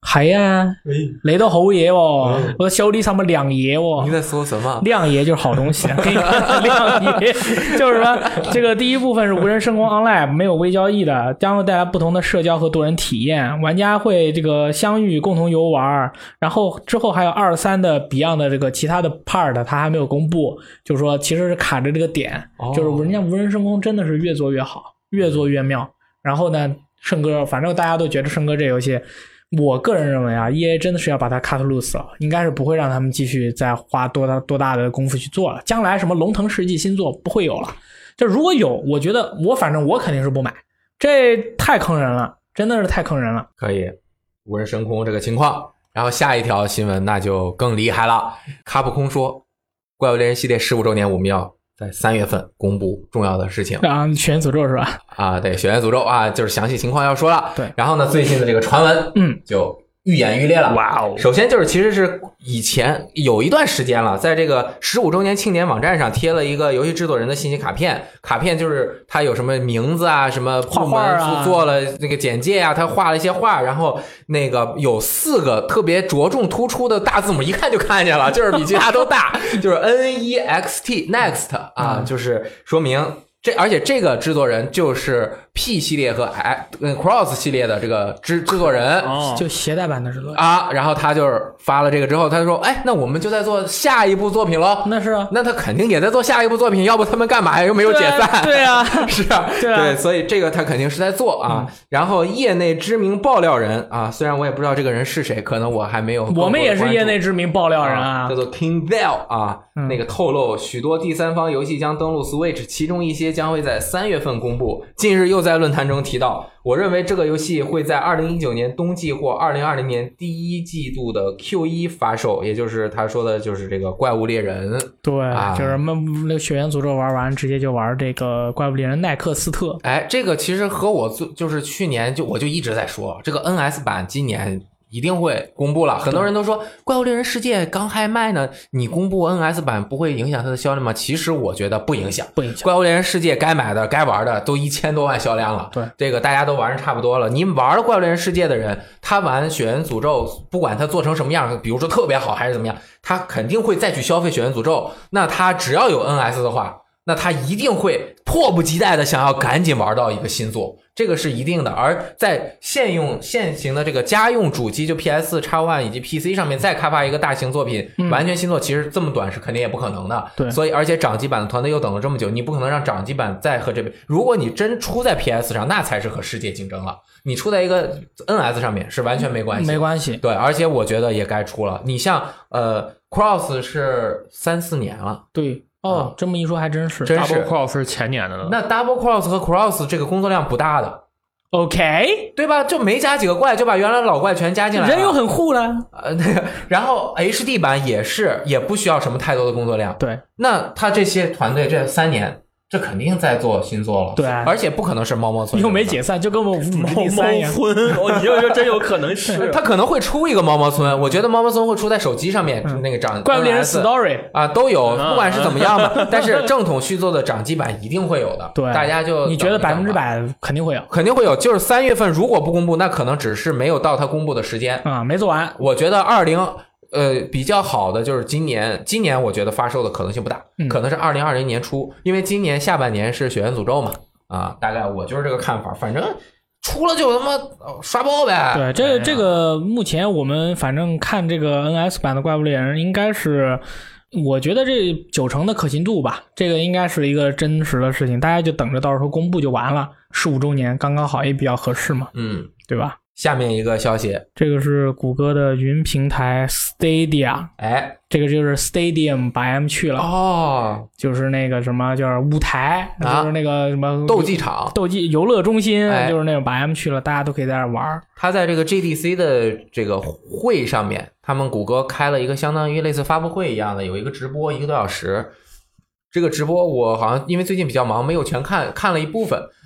係啊，你都好嘢喎，我小弟什麼亮爺喎？ 你在说什么？ 亮爺就是好東西，亮爺就是說，這個第一部分是無人深空 Online 沒有微交易的，將會帶來不同的社交和多人體驗，玩家會這個相遇共同遊玩，然後之後還有2、3的 Beyond 的這個其他的 part， 它還沒有公布，就是說其實是卡着這個點，就是人家無人深空真的是越做越好，越做越妙。然後呢，聖哥，反正大家都覺得聖哥這遊戲。我個人認為啊 ，EA 真的是要把它 cut loose 了，應該是不會讓他們繼續再花多大的功夫去做了。將來什麼龍騰世紀新作不會有了，就如果有，我覺得反正我肯定是不買，這太坑人了，真的是太坑人了。 可以，無人深空這個情況，然後下一條新聞那就更厲害了。卡普空說，怪物獵人系列15周年我們要在3月份公布重要的事情啊，血源詛咒是吧？ 啊，对，血源诅咒啊，就是详细情况要说了。 对， 然后呢，最近的这个传闻，就愈演愈烈了。 哇哦！ 首先就是其实是以前有一段时间了，在这个15周年庆典网站上贴了一个游戏制作人的信息卡片，卡片就是他有什么名字啊，什么部门做了那个简介啊，他画了一些画，然后那个有4个特别着重突出的大字母，一看就看见了，就是比其他都大，就是 NEXT Next 啊，就是说明。而且这个制作人就是 P 系列和 Cross 系列的这个制作人， 就携带版的制作人啊。然后他就是发了这个之后，他就说：“哎，那我们就在做下一部作品咯。” 那是啊， 那他肯定也在做下一部作品，要不他们干嘛呀？又没有解散。 对啊， 是啊，对，所以这个他肯定是在做啊。然后业内知名爆料人啊，虽然我也不知道这个人是谁，可能我还没有。 我们也是业内知名爆料人啊， 叫做 King Bell 啊。那个透露许多第三方游戏将登陆 Switch， 其中一些将会在3月份公布。近日又在论坛中提到，我认为这个游戏会在2019年冬季或2020年第1季度的 Q1 发售，也就是他说的就是这个怪物猎人。 对，就是那个血源诅咒玩完直接就玩这个怪物猎人奈克斯特。 哎，这个其实和我就是去年我就一直在说，这个 NS 版今年一定会公布了。很多人都说怪物猎人世界刚还卖呢，你公布 NS 版不会影响它的销量吗？其实我觉得不影响，怪物猎人世界该买的该玩的都1000多万销量了， 对， 这个大家都玩差不多了。你玩了怪物猎人世界的人，他玩血源诅咒，不管他做成什么样，比如说特别好还是怎么样，他肯定会再去消费血源诅咒。那他只要有 NS 的话，那他一定会迫不及待的想要赶紧玩到一个新作，这个是一定的。而在现行的这个家用主机，就 PS、X1 以及 PC 上面再开发一个大型作品，完全新作，其实这么短是肯定也不可能的。 对， 所以而且掌机版的团队又等了这么久，你不可能让掌机版再和这边，如果你真出在 PS 上，那才是和世界竞争了。你出在一个 NS 上面是完全没关系， 没关系。 对，而且我觉得也该出了。你像Cross 是3-4年了， 对。哦，这么一说还真是。 Double Cross 是前年的呢。 那 Double Cross 和 Cross 这个工作量不大的 ，OK， 对吧？就没加几个怪，就把原来的老怪全加进来了， 人又很护了。 那个，然后 HD 版也不需要什么太多的工作量。 对， 那他这些团队这3年。这肯定在做新作了， 对， 而且不可能是猫猫村， 又没解散，就跟我们猫猫村，我觉得真有可能是， 他可能会出一个猫猫村，我觉得猫猫村会出在手机上面，那个掌怪物猎人 Story 啊都有，不管是怎么样吧，但是正统续作的掌机版一定会有的， 对， 大家就你觉得100%肯定会有， 肯定会有，就是3月份如果不公布，那可能只是没有到他公布的时间啊，没做完。 我觉得比较好的就是今年我觉得发售的可能性不大，可能是2020年初，因为今年下半年是血源诅咒嘛，啊，大概我就是这个看法，反正出了就他妈刷爆呗。 对，这个目前我们反正看这个 NS 版的怪物猎人应该是，我觉得这90%的可信度吧，这个应该是一个真实的事情，大家就等着到时候公布就完了，15周年刚刚好也比较合适嘛，对吧？ 下面一个消息， 这个是谷歌的云平台 Stadia， 哎， 这个就是 Stadium 把 M 去了哦， 就是那个什么叫舞台，就是那个什么斗技场、 游乐中心，就是那种把 M 去了，大家都可以在那玩。 他在这个 GDC 的这个会上面，他们谷歌开了一个相当于类似发布会一样的，有一个直播1个多小时。这个直播我好像因为最近比较忙，没有全看了一部分。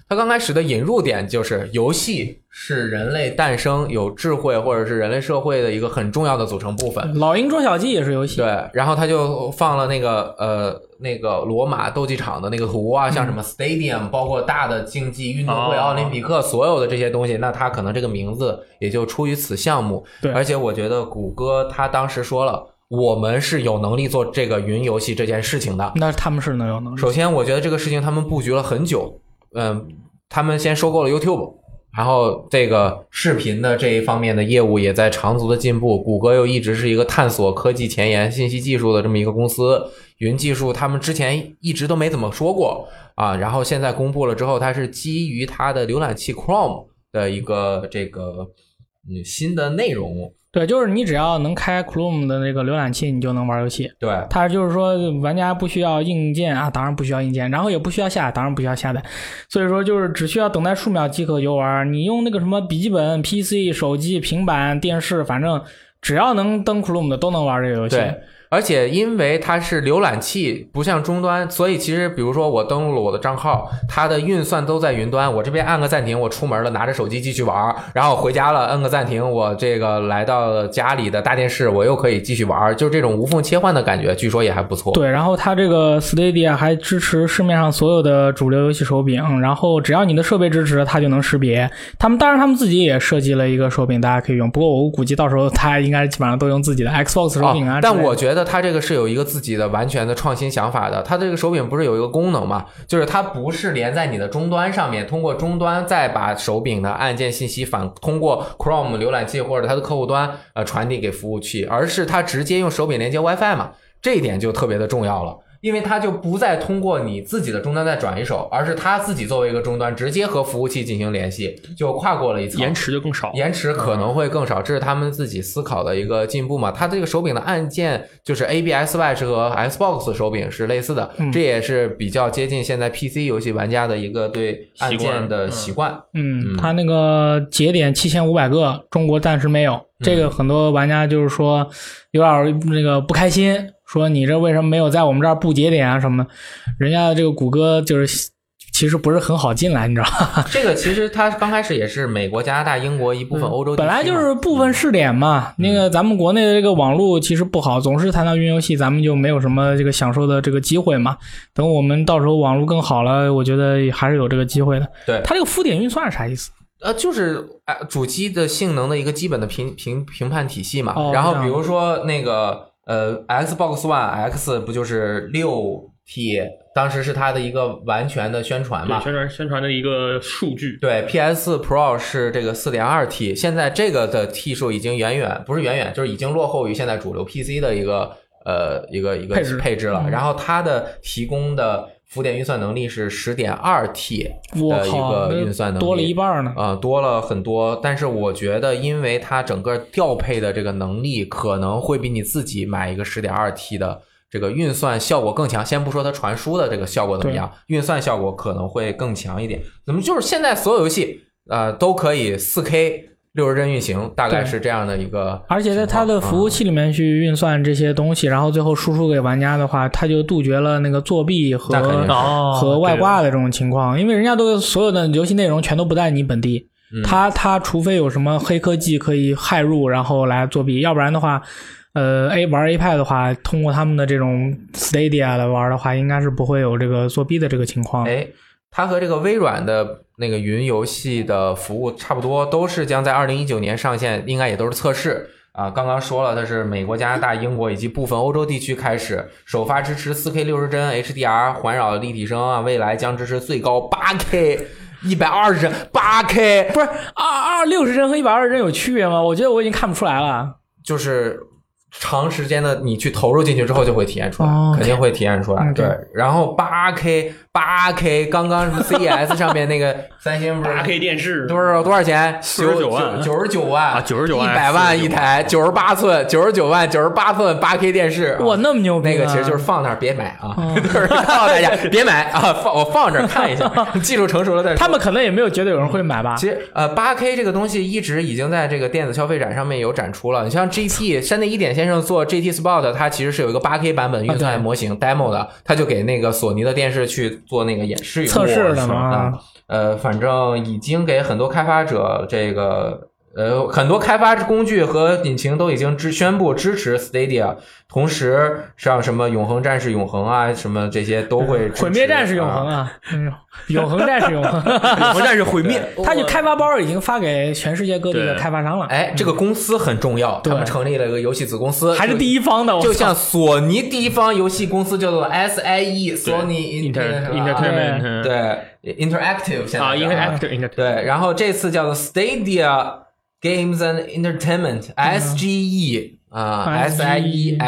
它刚开始的引入点就是游戏是人类诞生有智慧或者是人类社会的一个很重要的组成部分。 老鹰捉小鸡也是游戏。 对，然后他就放了那个罗马斗技场的那个图啊，像什么 Stadium， 包括大的竞技运动会、奥林匹克所有的这些东西，那他可能这个名字也就出于此项目。 对， 而且我觉得谷歌他当时说了，我们是有能力做这个云游戏这件事情的。 那他们是能有能力。 首先我觉得这个事情他们布局了很久，他们先收购了 YouTube， 然后这个视频的这一方面的业务也在长足的进步。谷歌又一直是一个探索科技前沿信息技术的这么一个公司，云技术他们之前一直都没怎么说过啊，然后现在公布了之后，它是基于它的浏览器 Chrome 的一个这个新的内容。 对，就是你只要能开 Chrome 的那个浏览器，你就能玩游戏。 对， 它就是说玩家不需要硬件啊，当然不需要硬件，然后也不需要下载，当然不需要下载。所以说就是只需要等待数秒即可游玩。你用那个什么笔记本、PC、手机、平板、电视，反正只要能登 Chrome 的都能玩这个游戏。 对。而且因为它是浏览器不像终端，所以其实比如说我登录了我的账号，它的运算都在云端，我这边按个暂停，我出门了拿着手机继续玩，然后回家了摁个暂停，我这个来到家里的大电视我又可以继续玩，就这种无缝切换的感觉据说也还不错。 对，然后它这个 Stadia 还支持市面上所有的主流游戏手柄，然后只要你的设备支持它就能识别。当然他们自己也设计了一个手柄大家可以用，不过我估计到时候它应该基本上都用自己的 Xbox 手柄啊。 但我觉得它这个是有一个自己的完全的创新想法的。它这个手柄不是有一个功能嘛，就是它不是连在你的终端上面，通过终端再把手柄的按键信息通过 Chrome 浏览器或者它的客户端传递给服务器，而是它直接用手柄连接 WiFi 嘛，这一点就特别的重要了。因为它就不再通过你自己的终端再转一手，而是它自己作为一个终端直接和服务器进行联系，就跨过了一层， 延迟就更少， 延迟可能会更少，这是他们自己思考的一个进步嘛。它这个手柄的按键就是 ABSY 是和 Xbox 手柄是类似的，这也是比较接近现在 PC 游戏玩家的一个对按键的习惯。 它那个节点7500个，中国暂时没有，这个很多玩家就是说有点那个不开心，说你这为什么没有在我们这儿布节点啊什么的，人家的这个谷歌就是其实不是很好进来，你知道吧？ 这个其实它刚开始也是美国、加拿大、英国一部分欧洲地区本来就是部分试点嘛。那个咱们国内的这个网络其实不好，总是谈到云游戏，咱们就没有什么这个享受的这个机会嘛。等我们到时候网络更好了，我觉得还是有这个机会的。 对， 它这个浮点运算是啥意思？ 就是主机的性能的一个基本的评判体系嘛。然后比如说那个Xbox One X 不就是6T， 当时是它的一个完全的宣传嘛， 宣传的一个数据。 对， PS Pro 是这个 4.2T， 现在这个的 T 数已经不是远远，就是已经落后于现在主流 PC 的一个配置了。然后它的提供的浮点运算能力是 10.2T 的一个运算能力， 多了一半呢。 多了很多。但是我觉得因为它整个调配的这个能力可能会比你自己买一个 10.2T 的这个运算效果更强，先不说它传输的这个效果怎么样，运算效果可能会更强一点。怎么就是现在所有游戏都可以 4K 60帧运行，大概是这样的一个。 而且在它的服务器里面去运算这些东西，然后最后输出给玩家的话，它就杜绝了那个作弊和外挂的这种情况。因为人家都所有的游戏内容全都不在你本地，它除非有什么黑科技可以骇入然后来作弊，要不然的话玩 iPad 的话，通过他们的这种 Stadia 来玩的话，应该是不会有这个作弊的这个情况。 它和这个微软的那个云游戏的服务差不多，都是将在2019年上线，应该也都是测试啊。刚刚说了，它是美国、加拿大、英国以及部分欧洲地区开始首发支持 4K 60帧 HDR 环绕立体声啊，未来将支持最高 8K 120帧 8K。 不是60帧和120帧有区别吗？我觉得我已经看不出来了。 就是长时间的你去投入进去之后就会体验出来，肯定会体验出来。对，然后8K 刚刚什么 CES 上面那个三星不是 8K 电视多少钱？99万 ，99万 ，100万一台，98寸，99万，98寸 8K 电视。 哇，那么牛逼！ 那个其实就是放那儿别买啊，就是告诉大家别买啊，我放这儿看一下，技术成熟了再说。 他们可能也没有觉得有人会买吧。 其实8K 这个东西一直已经在这个电子消费展上面有展出了。你像 GT 山内一点先生做 GT Sport， 它其实是有一个 8K 版本运算模型 demo 的，他就给那个索尼的电视去做那个演示测试的嘛。 反正已经给很多开发者这个很多开发工具和引擎都已经宣布支持 Stadia， 同时像什么永恒战士永恒啊，什么这些都会支持。 毁灭战士永恒啊，永恒战士永恒， 永恒战士毁灭。 他就开发包已经发给全世界各地的开发商了。 哎，这个公司很重要，他们成立了一个游戏子公司， 还是第一方的， 就像索尼第一方游戏公司叫做 SIE Sony Entertainment， 对 Interactive 现在 Interactive 对，然后这次叫做 Stadia Games and Entertainment SGE SIE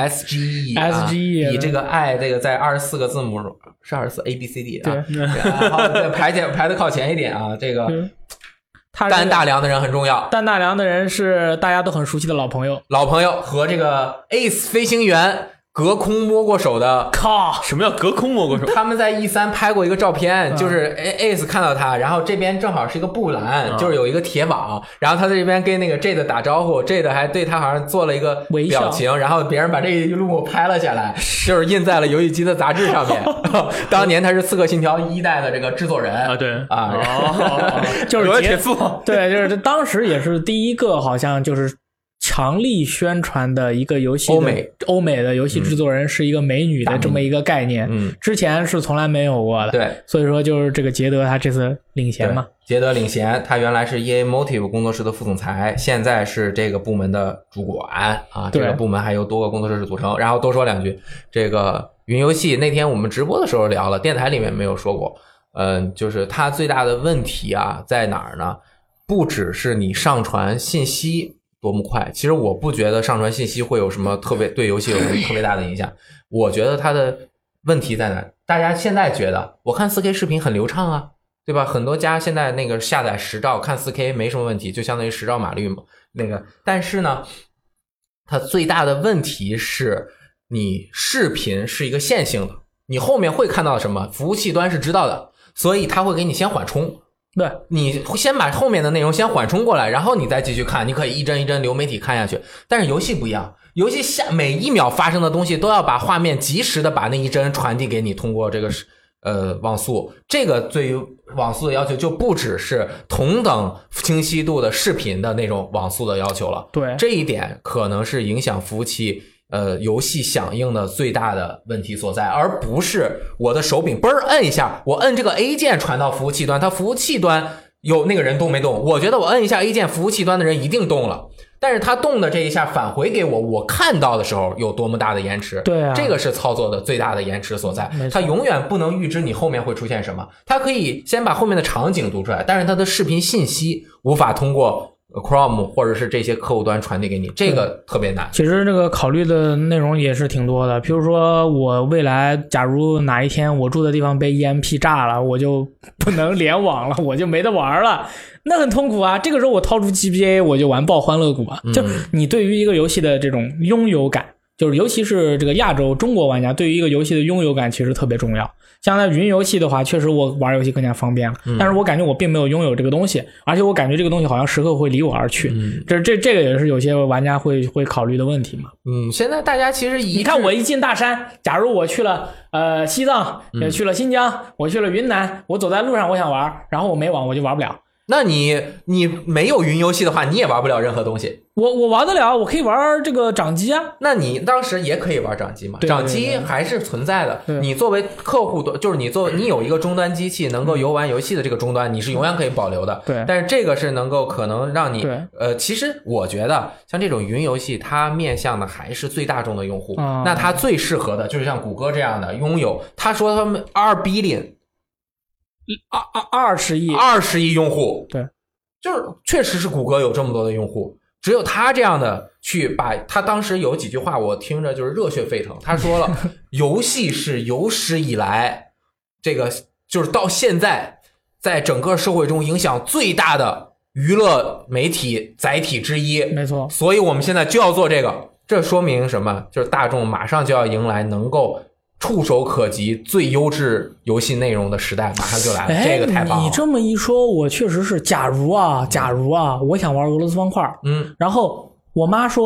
SGE 比这个 I 这个在24个字母是24 ABCD 啊，然后排的靠前一点啊，这个单大梁的人很重要， 单大梁的人是大家都很熟悉的老朋友和这个 Ace 飞行员隔空摸过手的。 靠， 什么叫隔空摸过手？ 他们在 E3 拍过一个照片，就是 Ace 看到他，然后这边正好是一个布栏，就是有一个铁网，然后他在这边跟那个 Jade 打招呼， Jade 还对他好像做了一个表情，然后别人把这一幕拍了下来，就是印在了游戏机的杂志上面。当年他是刺客信条1代的这个制作人啊，对啊， 就是铁父， 对，就是当时也是第一个好像就是强力宣传的一个游戏，欧美的游戏制作人是一个美女的这么一个概念，之前是从来没有过的。 对， 所以说就是这个杰德他这次领衔嘛。 杰德领衔，他原来是 EA Motive 工作室的副总裁，现在是这个部门的主管啊。这个部门还有多个工作室组成。然后多说两句，这个云游戏那天我们直播的时候聊了，电台里面没有说过。就是它最大的问题啊在哪儿呢？不只是你上传信息多么快，其实我不觉得上传信息会有什么特别对游戏有什么特别大的影响。我觉得它的问题在哪？大家现在觉得我看 4K 视频很流畅啊，对吧？很多家现在那个下载10兆看 4K 没什么问题，就相当于10兆码率嘛。那个，但是呢，它最大的问题是你视频是一个线性的，你后面会看到什么，服务器端是知道的，所以它会给你先缓冲。对，你先把后面的内容先缓冲过来，然后你再继续看，你可以一帧一帧流媒体看下去。但是游戏不一样，游戏每一秒发生的东西都要把画面及时的把那一帧传递给你，通过这个网速。这个对于网速的要求就不只是同等清晰度的视频的那种网速的要求了。 对， 这一点可能是影响服务器游戏响应的最大的问题所在，而不是我的手柄嘣儿摁一下，我摁这个 A 键传到服务器端，它服务器端有那个人动没动，我觉得我摁一下 A 键，服务器端的人一定动了，但是他动的这一下返回给我，我看到的时候有多么大的延迟。 对啊， 这个是操作的最大的延迟所在。它永远不能预知你后面会出现什么，它可以先把后面的场景读出来，但是它的视频信息无法通过Chrome 或者是这些客户端传递给你，这个特别难。 其实这个考虑的内容也是挺多的，比如说我未来假如哪一天我住的地方被 EMP 炸了，我就不能联网了，我就没得玩了，那很痛苦啊。这个时候我掏出 GBA 我就玩爆欢乐谷啊。就你对于一个游戏的这种拥有感，就是尤其是这个亚洲中国玩家对于一个游戏的拥有感其实特别重要。像在云游戏的话，确实我玩游戏更加方便了，但是我感觉我并没有拥有这个东西，而且我感觉这个东西好像时刻会离我而去。这个也是有些玩家会考虑的问题嘛。 现在大家其实你看我一进大山，假如我去了西藏，也去了新疆，我去了云南，我走在路上我想玩，然后我没网我就玩不了。 那你没有云游戏的话，你也玩不了任何东西。 我玩得了，我可以玩这个掌机啊。 那你当时也可以玩掌机嘛？掌机还是存在的。你作为客户端，就是你有一个终端机器能够游玩游戏的这个终端，你是永远可以保留的。 对。 但是这个是能够可能让你其实我觉得像这种云游戏，它面向的还是最大众的用户。那它最适合的就是像谷歌这样的拥有，他说他们2 billion。20亿用户， 对， 就是确实是谷歌有这么多的用户，只有他这样的去把他当时有几句话我听着就是热血沸腾，他说了游戏是有史以来这个就是到现在在整个社会中影响最大的娱乐媒体载体之一， 没错， 所以我们现在就要做这个，这说明什么？就是大众马上就要迎来能够触手可及最优质游戏内容的时代马上就来了，这个太棒了。 你这么一说，我确实是，假如啊，我想玩俄罗斯方块，然后我妈说，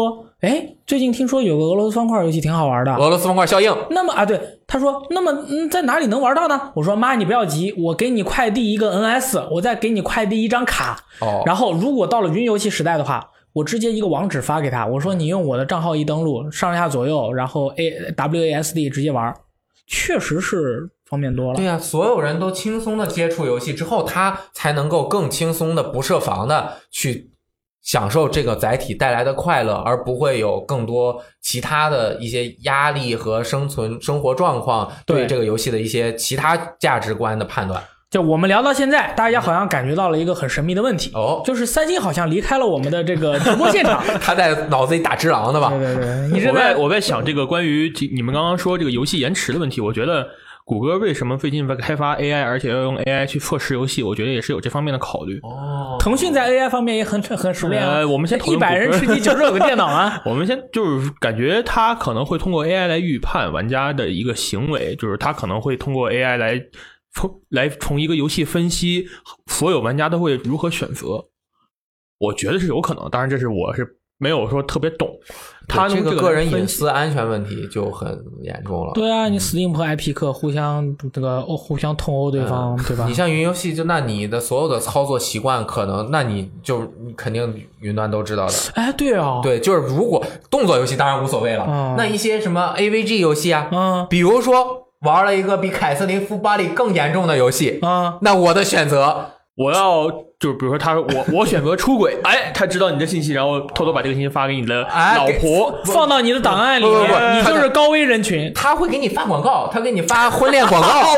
哎，最近听说有个俄罗斯方块游戏挺好玩的， 俄罗斯方块效应。 那么对，他说那么在哪里能玩到呢？我说妈你不要急，我给你快递一个 NS， 我再给你快递一张卡。然后如果到了云游戏时代的话，我直接一个网址发给他，我说你用我的账号一登录，上下左右，然后 WASD 直接玩，确实是方便多了。 对啊，所有人都轻松的接触游戏之后，他才能够更轻松的不设防的去享受这个载体带来的快乐，而不会有更多其他的一些压力和生活状况对这个游戏的一些其他价值观的判断。 就我们聊到现在，大家好像感觉到了一个很神秘的问题就是三星好像离开了我们的这个直播现场。 他在脑子里打只狼的吧？ 对， 我在想这个关于你们刚刚说这个游戏延迟的问题，我觉得谷歌为什么最近在开发 AI， 而且要用 AI 去测试游戏，我觉得也是有这方面的考虑。 腾讯在 AI 方面也很熟练啊。 我们先 100人吃鸡99个电脑啊。 我们先就是感觉他可能会通过 AI 来预判玩家的一个行为，就是他可能会通过 AI 来从一个游戏分析所有玩家都会如何选择。我觉得是有可能，当然我是没有说特别懂。他这个个人隐私安全问题就很严重了。 对啊，你 Steam 和 IP 客互相痛殴对方，对吧？ 你像云游戏，就那你的所有的操作习惯，可能那你肯定云端都知道的。 哎，对啊， 对，就是如果动作游戏当然无所谓了，那一些什么 AVG 游戏啊，比如说玩了一个比凯瑟琳·夫巴里更严重的游戏那我的选择， 我要就是比如说我选择出轨，哎，他知道你的信息，然后偷偷把这个信息发给你的老婆， 放到你的档案里面，你就是高危人群。 他会给你发广告，他给你发婚恋广告，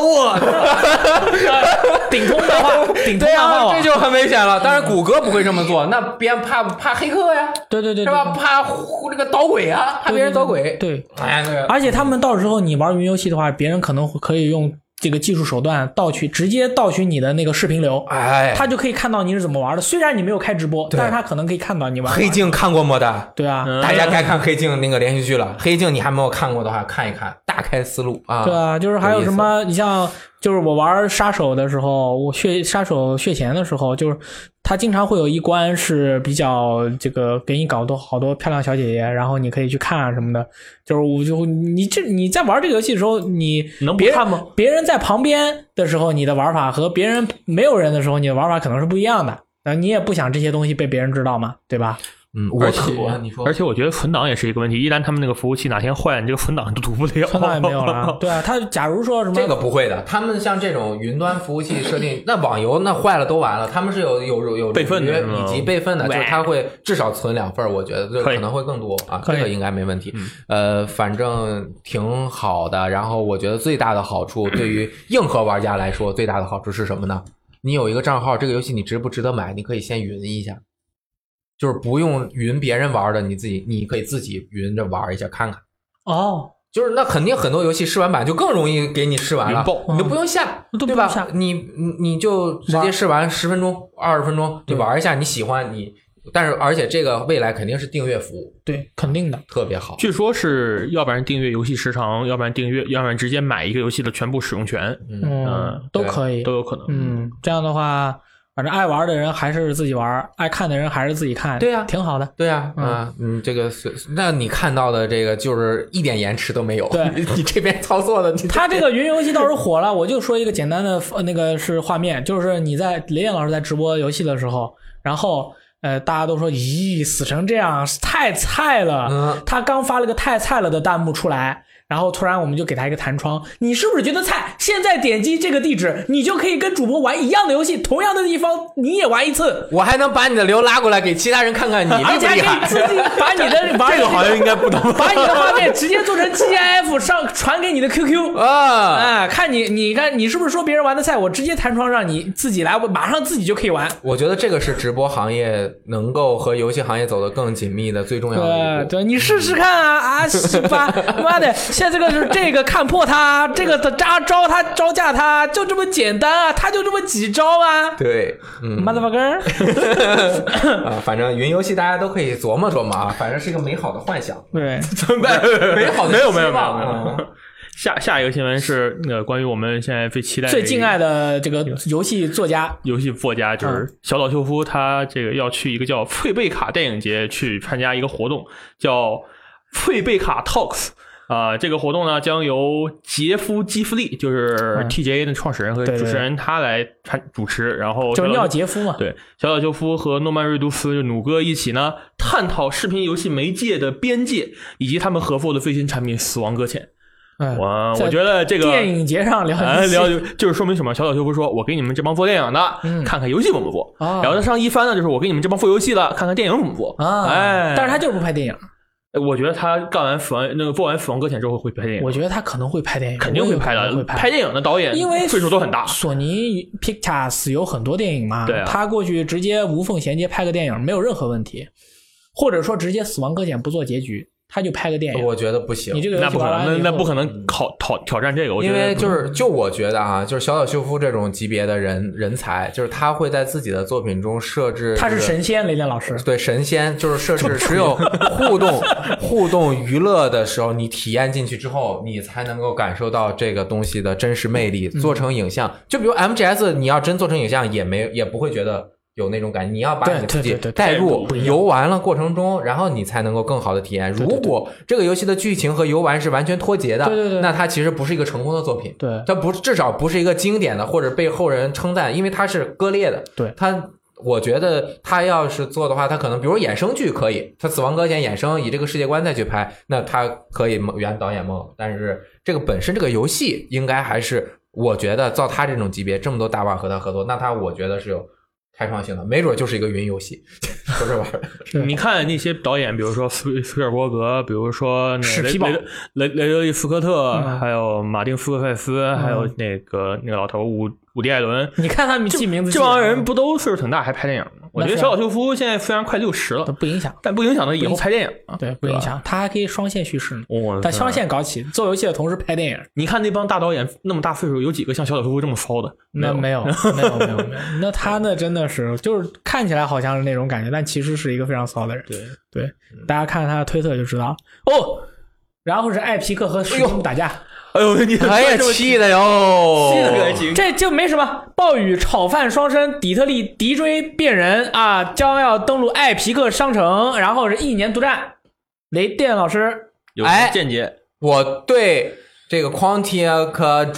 顶通的话， 这就很危险了。当然，谷歌不会这么做，那别人怕黑客呀， 对， 是吧？怕这个捣鬼啊，怕别人捣鬼。 对，而且他们到时候你玩云游戏的话，别人可能可以用这个技术手段直接盗取你的那个视频流，他就可以看到你是怎么玩的。虽然你没有开直播，但是他可能可以看到你玩。 黑镜看过么的？ 对啊， 大家该看黑镜那个连续剧了。黑镜你还没有看过的话，看一看，大开思路啊。 对啊，就是还有什么，你像就是我玩杀手的时候，杀手血钱的时候，就是他经常会有一关是比较这个给你搞好多漂亮小姐姐，然后你可以去看什么的。就是你在玩这个游戏的时候，你能不看吗？ 别人在旁边的时候，你的玩法和别人没有人的时候，你的玩法可能是不一样的。你也不想这些东西被别人知道嘛，对吧？ 而且我觉得存档也是一个问题，一旦他们那个服务器哪天坏了，你这个存档就读不了， 存档也没有了。对啊，他假如说什么这个不会的，他们像这种云端服务器设定，那网游那坏了都完了，他们是有备份的以及备份的，就是他会至少存2份，我觉得就可能会更多啊，这个应该没问题。反正挺好的。然后我觉得最大的好处，对于硬核玩家来说，最大的好处是什么呢？你有一个账号，这个游戏你值不值得买，你可以先云一下。就是不用云别人玩的，你可以自己云着玩一下看看。就是那肯定很多游戏试玩版就更容易给你试完了，你都不用下，对吧？你就直接试完10分钟、20分钟，你玩一下，你喜欢你。但是而且这个未来肯定是订阅服务， 对，肯定的， 特别好。 据说是要不然订阅游戏时长，要不然直接买一个游戏的全部使用权， 都可以， 都有可能。 这样的话。反正爱玩的人还是自己玩，爱看的人还是自己看。 对呀， 挺好的。 对呀，这个那你看到的这个就是一点延迟都没有。 对， 你这边操作的， 他这个云游戏倒是火了。我就说一个简单的那个是画面，就是你在雷电老师在直播游戏的时候，然后大家都说咦死成这样太菜了。他刚发了个太菜了的弹幕出来。然后突然我们就给他一个弹窗，你是不是觉得菜？现在点击这个地址，你就可以跟主播玩一样的游戏，同样的地方你也玩一次。 我还能把你的流拉过来给其他人看看，你厉不厉害？ 而且可以自己把你的玩这个好像应该不懂， 把你的画面直接做成 GIF 上传给你的 QQ 看你看你是不是说别人玩的菜？我直接弹窗让你自己来，我马上自己就可以玩。 我觉得这个是直播行业能够和游戏行业走得更紧密的最重要的一步。 对，你试试看啊！妈的！现在这个是这个看破他，这个的招架他，就这么简单啊，他就这么几招啊。 对 ，motherfucker 反正云游戏大家都可以琢磨琢磨啊，反正是一个美好的幻想。 对， 美好的没有。 下一个新闻是关于我们现在最期待的最敬爱的这个游戏作家就是小岛秀夫，他这个要去一个叫佩贝卡电影节去参加一个活动，叫佩贝卡 Talks。这个活动呢将由杰夫·基弗利，就是 TGA 的创始人和主持人，他来主持，然后就是尿杰夫嘛。 对，小岛秀夫和诺曼·瑞杜斯就努哥一起呢探讨视频游戏媒介的边界，以及他们合作的最新产品《死亡搁浅》。我觉得这个电影节上聊就是说明什么？小岛秀夫说：“我给你们这帮做电影的，看看游戏怎么做。”然后他上一番呢，就是我给你们这帮做游戏的，看看电影怎么做。 但是他就是不拍电影。 我觉得他做完死亡搁浅之后会拍电影。 我觉得他可能会拍电影， 肯定会拍的。拍电影的导演因为岁数都很大。 索尼 Pictures 有很多电影嘛， 对啊， 他过去直接无缝衔接拍个电影没有任何问题，或者说直接死亡搁浅不做结局，他就拍个电影。 我觉得不行， 你这个那不可能，那不可能挑战这个。 因为我觉得啊，就是小岛秀夫这种级别的人才，就是他会在自己的作品中设置， 他是神仙，雷电老师。 对，神仙就是设置只有互动娱乐的时候，你体验进去之后，你才能够感受到这个东西的真实魅力。做成影像，就比如 MGS， 你要真做成影像，也不会觉得有那种感觉，你要把你自己带入游玩了过程中，然后你才能够更好的体验。如果这个游戏的剧情和游玩是完全脱节的，那它其实不是一个成功的作品。 对， 它至少不是一个经典的或者被后人称赞，因为它是割裂的。 对， 我觉得他要是做的话，他可能比如衍生剧可以，他死亡搁浅衍生以这个世界观再去拍，那他可以圆导演梦。但是这个本身这个游戏应该还是，我觉得照他这种级别，这么多大腕和他合作，那我觉得是有开创性的，没准就是一个云游戏，说这玩意儿。 你看那些导演，比如说斯皮尔伯格，比如说雷德利·斯科特，还有马丁·斯科塞斯，还有那个老头伍迪·艾伦。 你看他们记名字， 这帮人不都岁数挺大还拍电影吗？我觉得小岛秀夫现在虽然快60了， 不影响， 但不影响他以后拍电影。 对，不影响，他还可以双线叙事呢。他双线搞起，做游戏的同时拍电影。 你看那帮大导演那么大岁数，有几个像小岛秀夫这么骚的？ 没有。那他那真的是就是看起来好像是那种感觉，但其实是一个非常骚的人。对，大家看他的推特就知道哦。然后是艾皮克和史蒂姆打架。 哎呦，你也气的哟！ 气的可还行， 这就没什么。暴雨炒饭双生，底特律敌追变人啊，将要登陆艾皮克商城，然后是1年独占。雷电老师有见解？ 我对这个 Quantic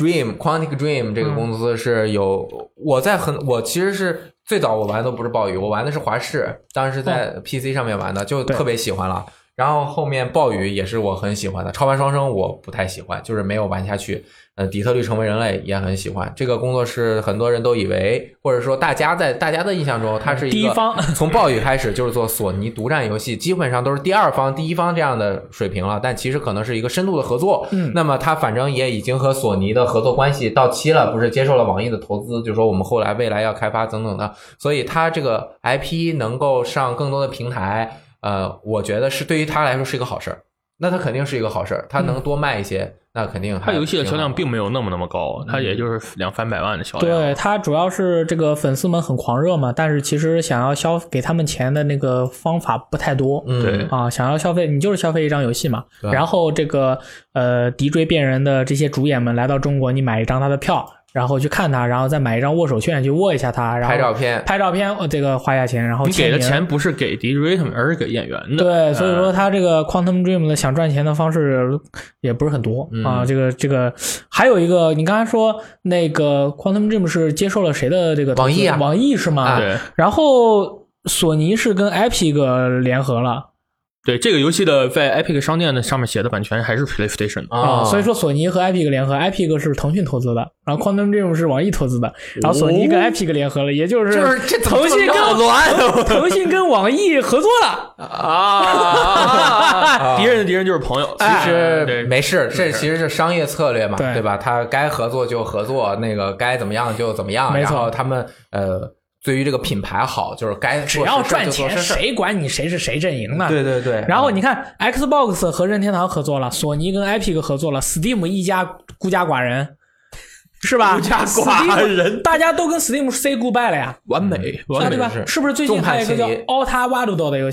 Dream 这个公司是有，我其实是最早我玩的都不是暴雨，我玩的是华氏，当时在 PC 上面玩的，就特别喜欢了。然后后面暴雨也是我很喜欢的，超凡双生我不太喜欢，就是没有玩下去。底特律成为人类也很喜欢。这个工作室很多人都以为，或者说大家的印象中，它是一个从暴雨开始就是做索尼独占游戏，基本上都是第二方、第一方这样的水平了。但其实可能是一个深度的合作。那么它反正也已经和索尼的合作关系到期了，不是接受了网易的投资，就是说我们未来要开发等等的。所以它这个 IP 能够上更多的平台。我觉得是对于他来说是一个好事儿，那他肯定是一个好事儿，他能多卖一些，那肯定他游戏的销量并没有那么高，他也就是200-300万的销量。 对，他主要是这个粉丝们很狂热嘛，但是其实想要给他们钱的那个方法不太多。 对啊，想要消费你就是消费一张游戏嘛，然后这个敌追变人的这些主演们来到中国，你买一张他的票。然后去看他，然后再买一张握手券去握一下他，然后拍照片，这个花下钱，然后你给的钱不是给 DJ 他们，而是给演员的。 对，所以说他这个 Quantum Dream 的想赚钱的方式也不是很多啊。这个还有一个，你刚才说那个 Quantum Dream 是接受了谁的这个网易啊？ 网易是吗？ 对。 然后索尼是跟 Epic 联合了。 对，这个游戏的在 Epic 商店的上面写的版权还是 PlayStation 啊，所以说索尼和 Epic 联合 ，Epic 是腾讯投资的，然后 Quantum Dream 是网易投资的，然后索尼跟 Epic 联合了，也就是这腾讯跟网易合作了敌人的敌人就是朋友， 其实没事，这其实是商业策略嘛，对吧？他该合作就合作，那个该怎么样就怎么样，然后他们对于这个品牌好，就是该只要赚钱，谁管你谁是谁阵营呢？ 对。 然后你看 ，Xbox 和任天堂合作了，索尼跟 Epic 合作了 ，Steam 一家孤家寡人，是吧？ 孤家寡人， 大家都跟 Steam say goodbye 了呀， 完美， 对吧？是不是最近还有一个叫 Alta Wild 的游戏？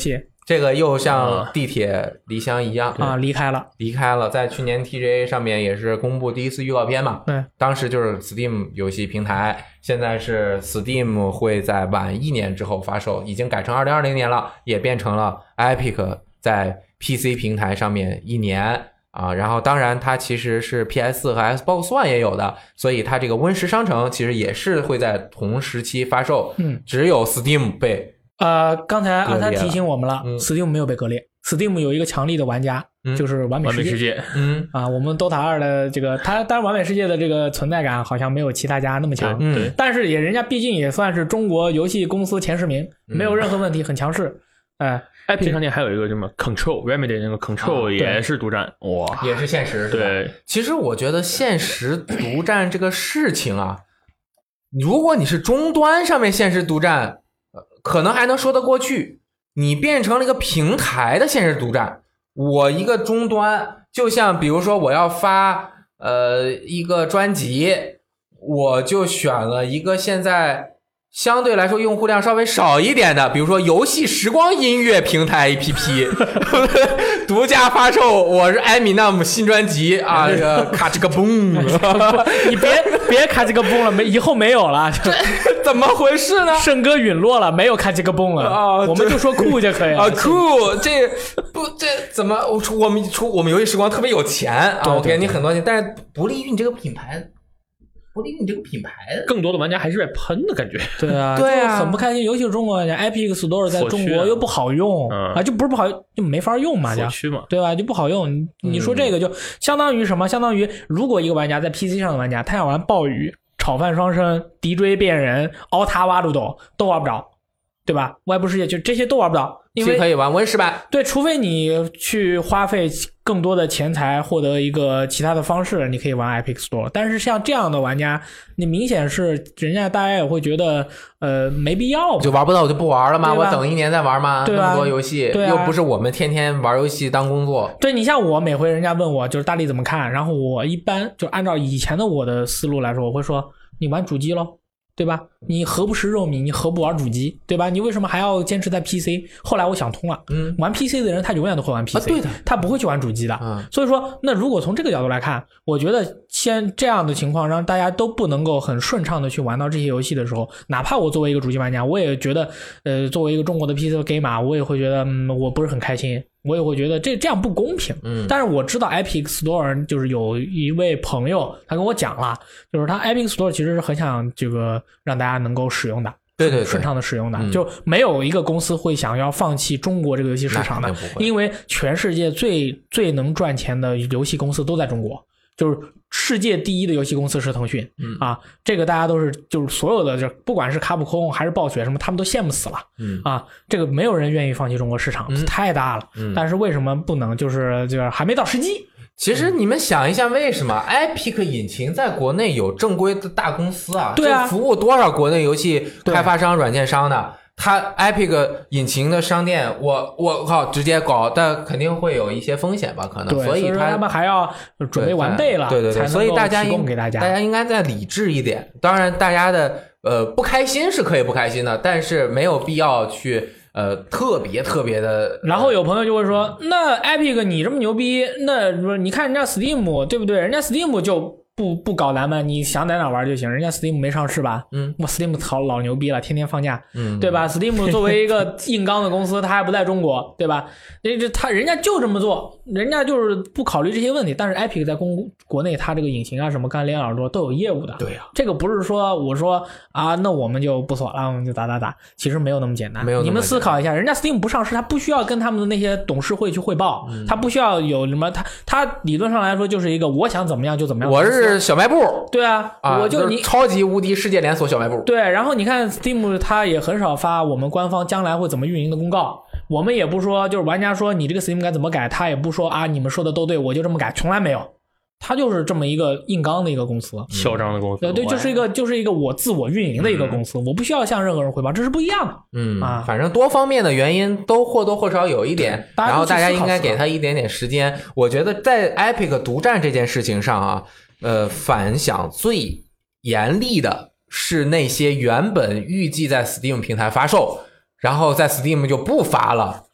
这个又像地铁离乡一样啊，离开了， 在去年 TGA 上面也是公布第一次预告片嘛， 对， 当时就是 Steam 游戏平台，现在是 Steam 会在晚1年之后发售，已经改成2020年了，也变成了 Epic 在 PC 平台上面1年啊，然后当然它其实是 PS4 和 Xbox One 也有的，所以它这个 Win10商城其实也是会在同时期发售，只有 Steam 被刚才阿三提醒我们了，Steam 没有被割裂，Steam 有一个强力的玩家，就是完美世界。我们 Dota 2的这个，它当然完美世界的这个存在感好像没有其他家那么强，但是人家毕竟也算是中国游戏公司前10名，没有任何问题，很强势。 Epic 上面还有一个什么 Control Remedy 那个 Control 也是独占，哇， 也是限时，对。其实我觉得限时独占这个事情啊，如果你是终端上面限时独占，可能还能说得过去。你变成了一个平台的限时独占，我一个终端，就像比如说我要发一个专辑，我就选了一个现在相对来说用户量稍微少一点的，比如说游戏时光音乐平台 APP 独家发售我是艾米纳姆新专辑啊，这个卡这个嘣你别卡这个嘣了，以后没有了， 怎么回事呢？ 圣歌陨落了，没有卡这个嘣了我们就说酷就可以了酷，这怎么我们游戏时光特别有钱啊，我给你很多钱，但是不利于你这个品牌。不利于你这个品牌， 更多的玩家还是在喷的感觉。 对啊，就很不开心。尤其是中国玩家 ，Epic Store 在中国又不好用就不是不好用，就没法用嘛，对吧？就不好用。你说这个就相当于什么？相当于如果一个玩家在 PC 上的玩家，他想玩暴雨、炒饭双生、敌追变人、奥塔瓦鲁斗都玩不着，对吧？外部世界就这些都玩不着。因为可以玩Win10版， 对，除非你去花费更多的钱财获得一个其他的方式，你可以玩 Epic Store。但是像这样的玩家，你明显是人家大家也会觉得没必要， 就玩不到我就不玩了吗？我等1年再玩吗？ 对吧？ 那么多游戏，又不是我们天天玩游戏当工作。 对，你像我每回人家问我就是大力怎么看，然后我一般就按照以前的我的思路来说，我会说你玩主机咯，对吧？你何不食肉糜？你何不玩主机？对吧？你为什么还要坚持在 PC？ 后来我想通了，玩 PC 的人他永远都会玩 PC， 对的， 他不会去玩主机的。所以说，那如果从这个角度来看，我觉得先这样的情况让大家都不能够很顺畅的去玩到这些游戏的时候，哪怕我作为一个主机玩家，我也觉得，作为一个中国的 PC gamer， 我也会觉得，我不是很开心。我也会觉得这样不公平，但是我知道 Epic Store 就是有一位朋友他跟我讲了，就是他 Epic Store 其实是很想这个让大家能够使用的， 对， 顺畅的使用的，就没有一个公司会想要放弃中国这个游戏市场的，因为全世界最能赚钱的游戏公司都在中国。就是世界第一的游戏公司是腾讯这个大家都是就是所有的就不管是卡普空还是暴雪什么他们都羡慕死了这个没有人愿意放弃中国市场太大了但是为什么不能就是还没到时机。 其实你们想一下为什么 Epic 引擎在国内有正规的大公司对啊， 服务多少国内游戏开发商软件商的，它 Epic 引擎的商店我靠直接搞，但肯定会有一些风险吧可能，所以他们还要准备完备了， 对，所以大家应该再理智一点。当然大家的不开心是可以不开心的，但是没有必要去特别的。 然后有朋友就会说，那 Epic 你这么牛逼，那你看人家 Steam 对不对？人家 Steam 就不搞咱们，你想在哪玩就行。人家 Steam 没上市吧？我 Steam 老牛逼了，天天放假，对吧 ？Steam 作为一个硬刚的公司，他还不在中国，对吧？人家就这么做，人家就是不考虑这些问题。但是 Epic 在国内，它这个引擎啊什么，刚才连老师说都有业务的。 对呀， 这个不是说我说那我们就不锁了，我们就打，其实没有那么简单。你们思考一下，人家 Steam 不上市，他不需要跟他们的那些董事会去汇报，他不需要有什么，他理论上来说就是一个我想怎么样就怎么样。 我是小卖部， 对啊，我就你超级无敌世界连锁小卖部。 对，然后你看 Steam 它也很少发我们官方将来会怎么运营的公告，我们也不说就是玩家说你这个 Steam 该怎么改，他也不说你们说的都对，我就这么改，从来没有。他就是这么一个硬刚的一个公司， 嚣张的公司， 对，就是一个我自我运营的一个公司，我不需要向任何人汇报，这是不一样的。 反正多方面的原因都或多或少有一点，然后大家应该给他一点点时间。我觉得在 Epic 独占这件事情上反响最严厉的是那些原本预计在 Steam 平台发售，然后在 Steam 就不发了。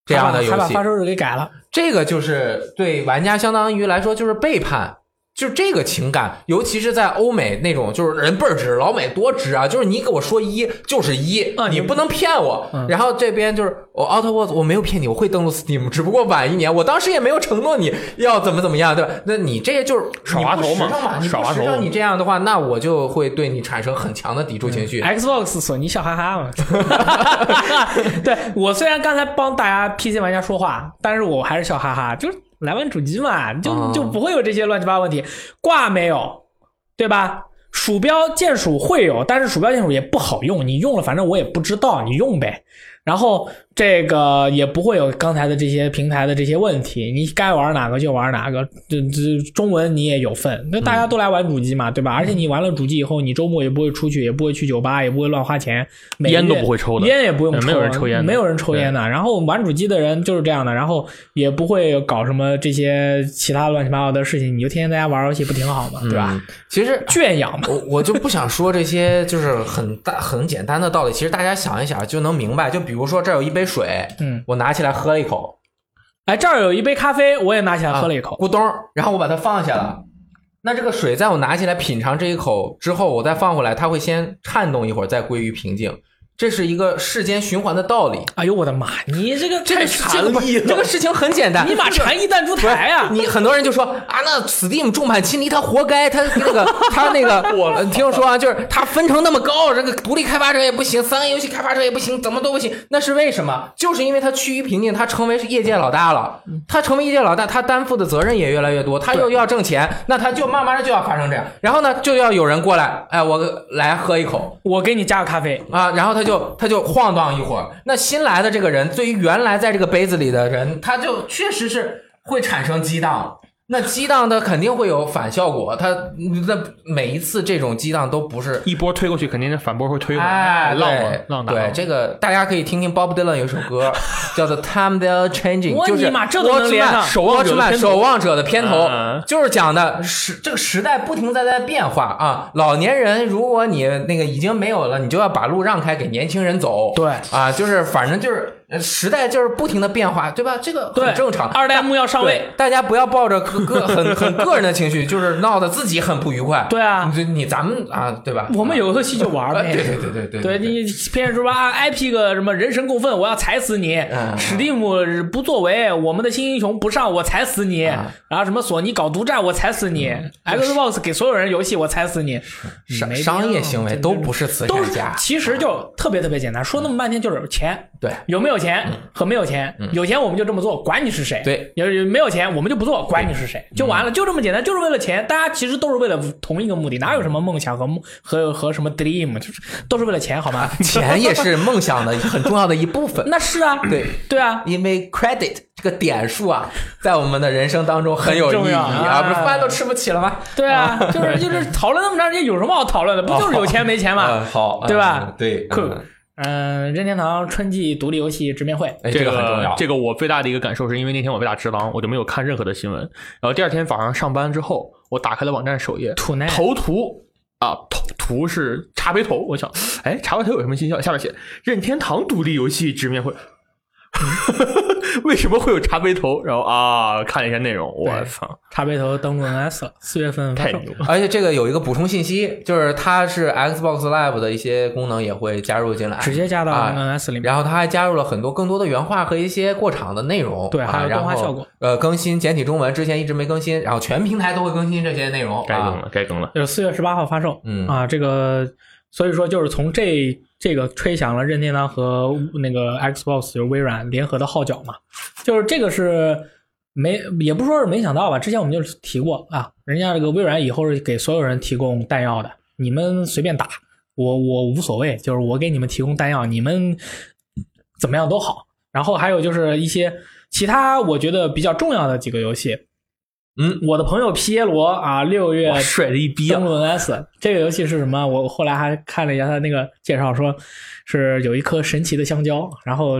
这样的游戏， 还把发售日给改了。 这个就是对玩家相当于来说就是背叛。就是这个情感，尤其是在欧美那种，就是人倍儿直，老美多直啊！就是你给我说1就是1，你不能骗我。然后这边就是我 Outward 我没有骗你，我会登录 Steam， 只不过晚1年，我当时也没有承诺你要怎么样，对吧？那你这就是耍滑头嘛？ 你不实诚，你这样的话，那我就会对你产生很强的抵触情绪。 Xbox 索尼笑哈哈嘛。对，我虽然刚才帮大家 PC 玩家说话，但是我还是笑哈哈，就是。来玩主机嘛，就不会有这些乱七八糟问题。挂没有，对吧？鼠标键鼠会有，但是鼠标键鼠也不好用，你用了反正我也不知道，你用呗。然后这个也不会有刚才的这些平台的这些问题，你该玩哪个就玩哪个，这中文你也有份，那大家都来玩主机嘛，对吧？而且你玩了主机以后，你周末也不会出去，也不会去酒吧，也不会乱花钱， 烟都不会抽的， 烟也不用抽， 没有人抽烟， 没有人抽烟的。然后玩主机的人就是这样的，然后也不会搞什么这些其他乱七八糟的事情，你就天天在家玩游戏不挺好嘛，对吧？ 其实圈养嘛， 我就不想说这些就是很简单的道理，其实大家想一想就能明白。就比如说这儿有一杯水，我拿起来喝了一口， 哎，这儿有一杯咖啡，我也拿起来喝了一口， 咕咚，然后我把它放下了。那这个水在我拿起来品尝这一口之后，我再放回来，它会先颤动一会儿，再归于平静。这是一个世间循环的道理。 哎呦我的妈！你这个这个事情很简单， 你把禅意弹出台啊！ 你很多人就说啊，那 Steam 重版亲离他活该，他那个我听我说啊，就是他分成那么高，这个独立开发者也不行，3A 游戏开发者也不行，怎么都不行。那是为什么？就是因为他趋于平静，他成为业界老大了。他成为业界老大，他担负的责任也越来越多，他又要挣钱，那他就慢慢的就要发生这样。然后呢，就要有人过来，哎，我来喝一口， 我给你加个咖啡啊，然后他就晃荡一会儿。那新来的这个人对于原来在这个杯子里的人，他就确实是会产生激荡。那激荡的肯定会有反效果，它那每一次这种激荡都不是一波推过去，肯定反波会推过来。 哎， 浪打。 对，这个大家可以听听 Bob Dylan 有一首歌叫做 Time They're Changing， 就是这都能连上。 守望者的片头，就是讲的这个时代不停在变化啊。老年人如果你那个已经没有了，你就要把路让开给年轻人走。 对啊，就是反正就是时代就是不停的变化，对吧？这个很正常。 二代目要上位， 大家不要抱着很个人的情绪，就是闹得自己很不愉快。 对啊， 咱们啊，对吧？ 我们有游戏就玩呗。对，你偏说吧 ，IP 个什么人神共愤，我要踩死你。史蒂姆不作为，我们的新英雄不上，我踩死你。然后什么索尼搞独占，我踩死你。Xbox 给所有人游戏，我踩死你。 商业行为都不是慈善家， 其实就特别简单，说那么半天就是钱。 对， 有没有钱和没有钱，有钱我们就这么做，管你是谁。 对， 没有钱我们就不做，管你是谁，就完了，就这么简单，就是为了钱。大家其实都是为了同一个目的，哪有什么梦想和什么 dream， 就是都是为了钱，好吗？ 钱也是梦想的很重要的一部分。 那是啊，对啊， 因为 credit 这个点数啊，在我们的人生当中很有意义啊，不是饭都吃不起了吗？ 对啊，就是讨论那么长时间，有什么好讨论的？不就是有钱没钱吗？ 好， 对吧？ 对， 任天堂春季独立游戏直面会， 这个很重要。 这个我最大的一个感受是因为那天我被打只狼，我就没有看任何的新闻。然后第二天早上上班之后，我打开了网站首页，头图啊，图是茶杯头。我想，哎，茶杯头有什么新消息？下面写任天堂独立游戏直面会。为什么会有茶杯头？然后看了一下内容，我操， 茶杯头登陆 NS 了，4月份发售。 而且这个有一个补充信息，就是它是 Xbox Live 的一些功能也会加入进来， 直接加到 NS 里面。 然后它还加入了很多更多的原画和一些过场的内容， 对，还有动画效果。 更新简体中文，之前一直没更新，然后全平台都会更新这些内容。 该更了， 就是4月18号发售。这个所以说就是从这个吹响了任天堂和那个 Xbox 就是微软联合的号角嘛，就是这个是也不说是没想到吧，之前我们就提过啊，人家这个微软以后是给所有人提供弹药的，你们随便打，我无所谓，就是我给你们提供弹药，你们怎么样都好。然后还有就是一些其他我觉得比较重要的几个游戏。我的朋友皮耶罗啊，6月帅的一逼登陆 NS。这个游戏是什么？我后来还看了一下他那个介绍，说是有一颗神奇的香蕉，然后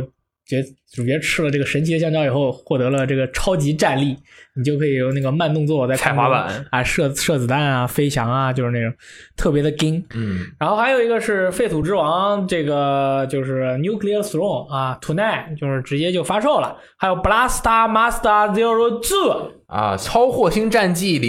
主角吃了这个神奇的香蕉以后，获得了这个超级战力，你就可以有那个慢动作在踩滑板啊，射子弹啊，飞翔啊，就是那种特别的劲。然后还有一个是废土之王，这个就是 Nuclear Throne 啊 ，Tonight 就是直接就发售了。还有 Blaster Master Zero 2 啊，超火星战记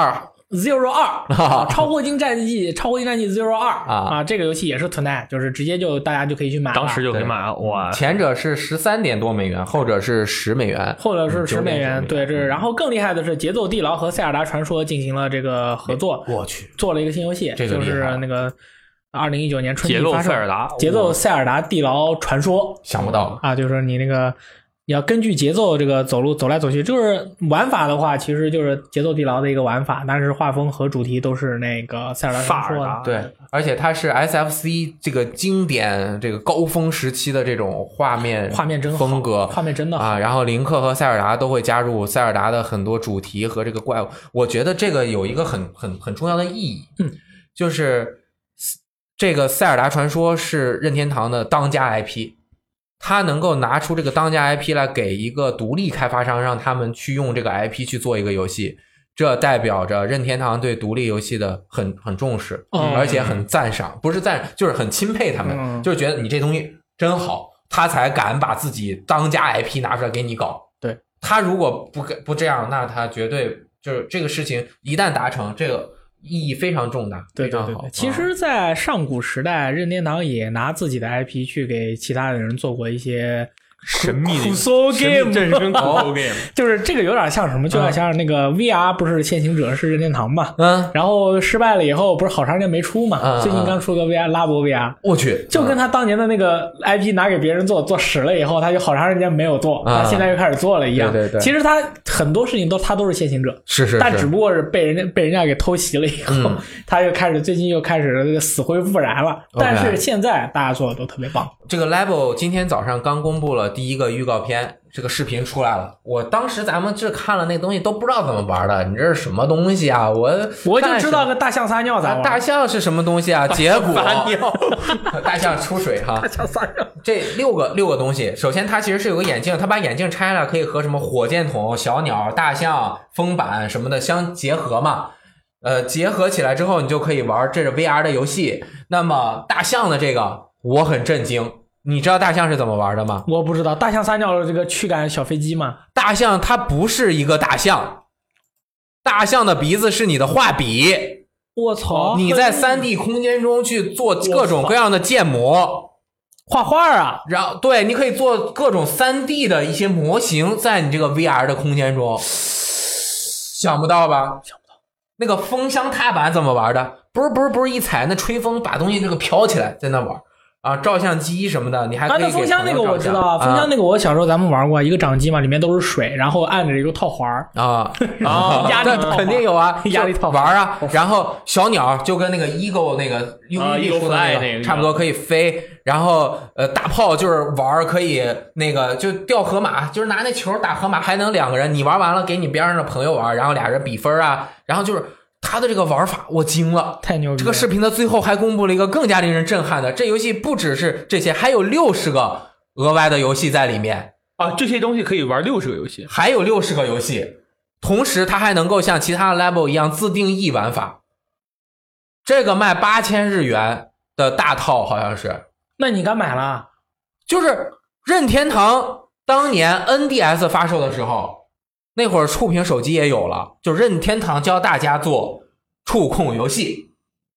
02 超火星战记 02啊，这个游戏也是 Tonight， 就是直接就大家就可以去买了， 当时就可以买了。哇， 前者是13点多美元，后者是10美元， 或者是10美元。对，这然后更厉害的是节奏地牢和塞尔达传说进行了这个合作， 我去， 做了一个新游戏， 这个就是那个2019年春季发售节奏塞尔达地牢传说， 想不到啊，就是你那个。你要根据节奏这个走来走去，就是玩法的话，其实就是节奏地牢的一个玩法，但是画风和主题都是那个塞尔达传说的。 对，而且它是 SFC 这个经典这个高峰时期的这种画面真好， 风格， 画面真的好啊。然后林克和塞尔达都会加入塞尔达的很多主题和这个怪物，我觉得这个有一个很重要的意义，就是这个塞尔达传说是任天堂的当家 IP。他能够拿出这个当家 IP 来给一个独立开发商，让他们去用这个 IP 去做一个游戏，这代表着任天堂对独立游戏的很重视，而且很赞赏，不是就是很钦佩他们，就是觉得你这东西真好，他才敢把自己当家 IP 拿出来给你搞。 对， 他如果不这样，那他绝对就是这个事情一旦达成，这个意义非常重大， 对对对对。其实在上古时代，任天堂也拿自己的 IP 去给其他的人做过一些神秘的苦搜 game， 这是跟苦搜 game， 就是这个有点像什么，就有点像那个 VR 不是先行者是任天堂嘛，然后失败了以后不是好长时间没出嘛，最近刚出个 VR 拉博 VR， 我去， 就跟他当年的那个 IP 拿给别人做屎了以后，他就好长时间没有做，他现在又开始做了一样。 对对对， 其实他很多事情他都是先行者， 是， 但只不过是被人家给偷袭了以后，他又最近又开始这个死灰复燃了。但是现在大家做的都特别棒。 这个 Level 今天早上刚公布了第一个预告片，这个视频出来了。我当时咱们这看了那东西都不知道怎么玩的，你这是什么东西啊？我就知道个大象撒尿咋玩。 大象是什么东西啊？结果大象出水哈。 大象撒尿。 这六个东西，首先它其实是有个眼镜，它把眼镜拆了，可以和什么火箭筒、小鸟、大象、风板什么的相结合嘛。结合起来之后，你就可以玩这是 VR 的游戏。那么大象的这个我很震惊，你知道大象是怎么玩的吗？ 我不知道。大象撒尿这个驱赶小飞机吗？ 大象它不是一个大象，大象的鼻子是你的画笔。 我操！ 你在 3D 空间中去做各种各样的建模， 画画啊， 然后对，你可以做各种 3D 的一些模型，在你这个 VR 的空间中。想不到吧？想不到。那个风箱踏板怎么玩的？不是一踩那吹风把东西这个飘起来在那玩啊，照相机什么的，你还可以给风箱那个我知道啊，风箱那个我小时候咱们玩过，一个掌机嘛，里面都是水，然后按着一个套环啊压力套肯定有啊， 压力套玩啊。然后小鸟就跟那个 Eagle 那个用力出的那个差不多可以飞，然后大炮就是玩可以那个就吊河马，就是拿那球打河马，还能2个人，你玩完了给你边上的朋友玩，然后俩人比分啊，然后就是他的这个玩法我惊了， 太牛逼了！ 这个视频的最后还公布了一个更加令人震撼的，这游戏不只是这些，还有60个额外的游戏在里面啊！这些东西可以玩60个游戏， 还有60个游戏，同时它还能够像其他的 Level 一样自定义玩法。这个卖8000日元的大套好像是， 那你敢买了？ 就是任天堂当年 NDS 发售的时候。那会儿触屏手机也有了，就任天堂教大家做触控游戏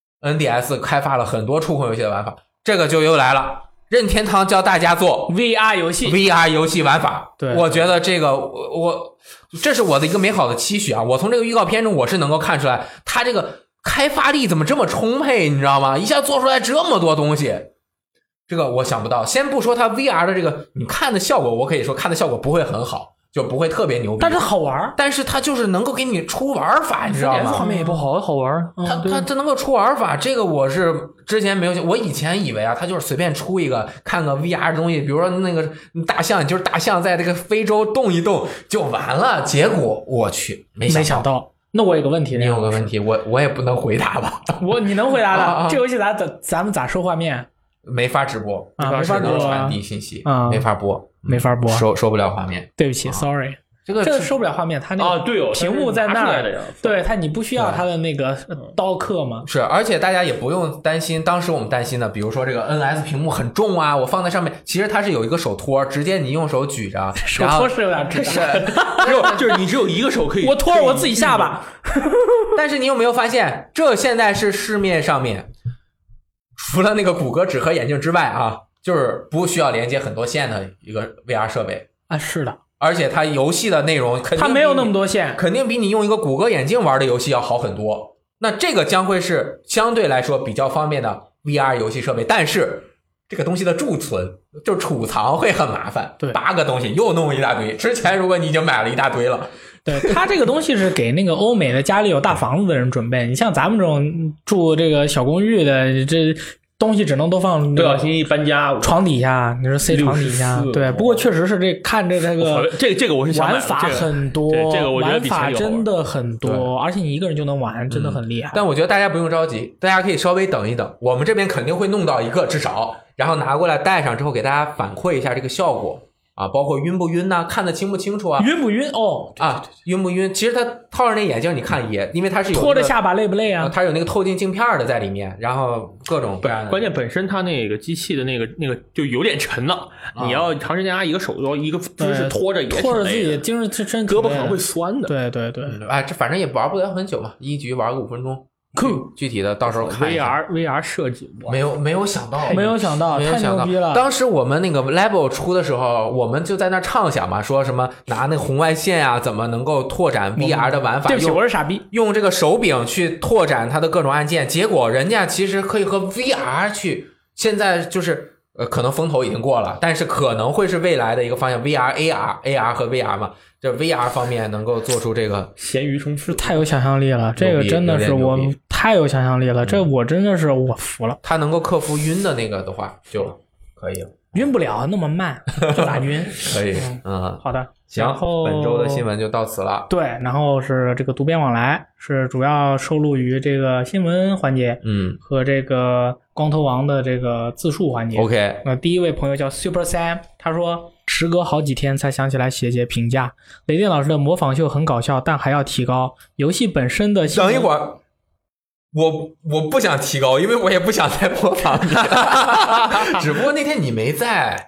，NDS 开发了很多触控游戏的玩法，这个就又来了，任天堂教大家做 VR 游戏玩法。 对， 我觉得这个这是我的一个美好的期许啊！我从这个预告片中我是能够看出来，它这个开发力怎么这么充沛，你知道吗？一下做出来这么多东西，这个我想不到。先不说它 VR 的这个你看的效果，我可以说看的效果不会很好。就不会特别牛逼， 但是好玩， 但是它就是能够给你出玩法，你知道吗？ 画面也不好，好玩。 它能够出玩法，这个我是之前没有，我以前以为啊，它就是随便出一个看个 VR 的东西，比如说那个大象，就是大象在这个非洲动一动就完了。结果我去，没想到。 那我有个问题， 你有个问题，我也不能回答吧？ 你能回答的。这游戏咱们咋收画面？ 没法直播， 没法播传递信息， 没法播，收不了画面。 对不起 ，sorry。这个收不了画面，它那个屏幕在那儿，对它你不需要它的那个刀刻吗？ 是，而且大家也不用担心，当时我们担心的，比如说这个 NS 屏幕很重啊，我放在上面，其实它是有一个手托，直接你用手举着， 手托是有点太神，就是你只有一个手可以， 我托着我自己下巴。 但是你有没有发现，这现在是市面上面除了那个谷歌纸盒眼镜之外啊，就是不需要连接很多线的一个 VR 设备啊，是的。 而且它游戏的内容肯定它没有那么多线， 肯定比你用一个谷歌眼镜玩的游戏要好很多。那这个将会是相对来说比较方便的 VR 游戏设备，但是这个东西的贮存就储藏会很麻烦。 对 ，8个东西又弄一大堆。之前如果你已经买了一大堆了， 对，它这个东西是给那个欧美的家里有大房子的人准备。你像咱们这种住这个小公寓的，这东西只能都放不小心一搬家床底下，你说塞床底下，对。不过确实是看着这个这个我是想买玩法很多， 这个我觉得玩法真的很多，而且你一个人就能玩，真的很厉害。 但我觉得大家不用着急，大家可以稍微等一等，我们这边肯定会弄到一个至少，然后拿过来戴上之后给大家反馈一下这个效果。啊，包括晕不晕呐、看得清不清楚啊？ 晕不晕？哦， 啊，晕不晕？其实它套上那眼镜，你看也，因为它是有拖着下巴累不累啊？ 它有那个透镜镜片的在里面，然后各种关键本身它那个机器的那个就有点沉了，你要长时间拿一个手一个姿势拖着自己精神身体， 胳膊可能会酸的。 对对对， 哎，这反正也玩不了很久嘛，一局玩个5分钟。具体的到时候看 VR 设计没有想到， 太牛逼了。 当时我们那个 Level 出的时候，我们就在那畅想嘛，说什么拿那个红外线啊，怎么能够拓展 VR 的玩法？ 对不起，我是傻逼， 用这个手柄去拓展它的各种按键。结果人家其实可以和 VR 去，现在就是可能风头已经过了，但是可能会是未来的一个方向 ，VR、AR 和 VR 嘛。这 VR 方面能够做出这个咸鱼冲刺， 太有想象力了。这个真的是我太有想象力了，这我真的是我服了。 它能够克服晕的那个的话就可以了。 晕不了那么慢，就打晕。 可以， 好的， 行。然后本周的新闻就到此了。 对，然后是这个读编往来是主要收录于这个新闻环节，和这个光头王的这个自述环节。 OK， 那第一位朋友叫 Super Sam， 他说时隔好几天才想起来写评价。雷电老师的模仿秀很搞笑，但还要提高。游戏本身的等一会儿。我不想提高，因为我也不想再模仿你只不过那天你没在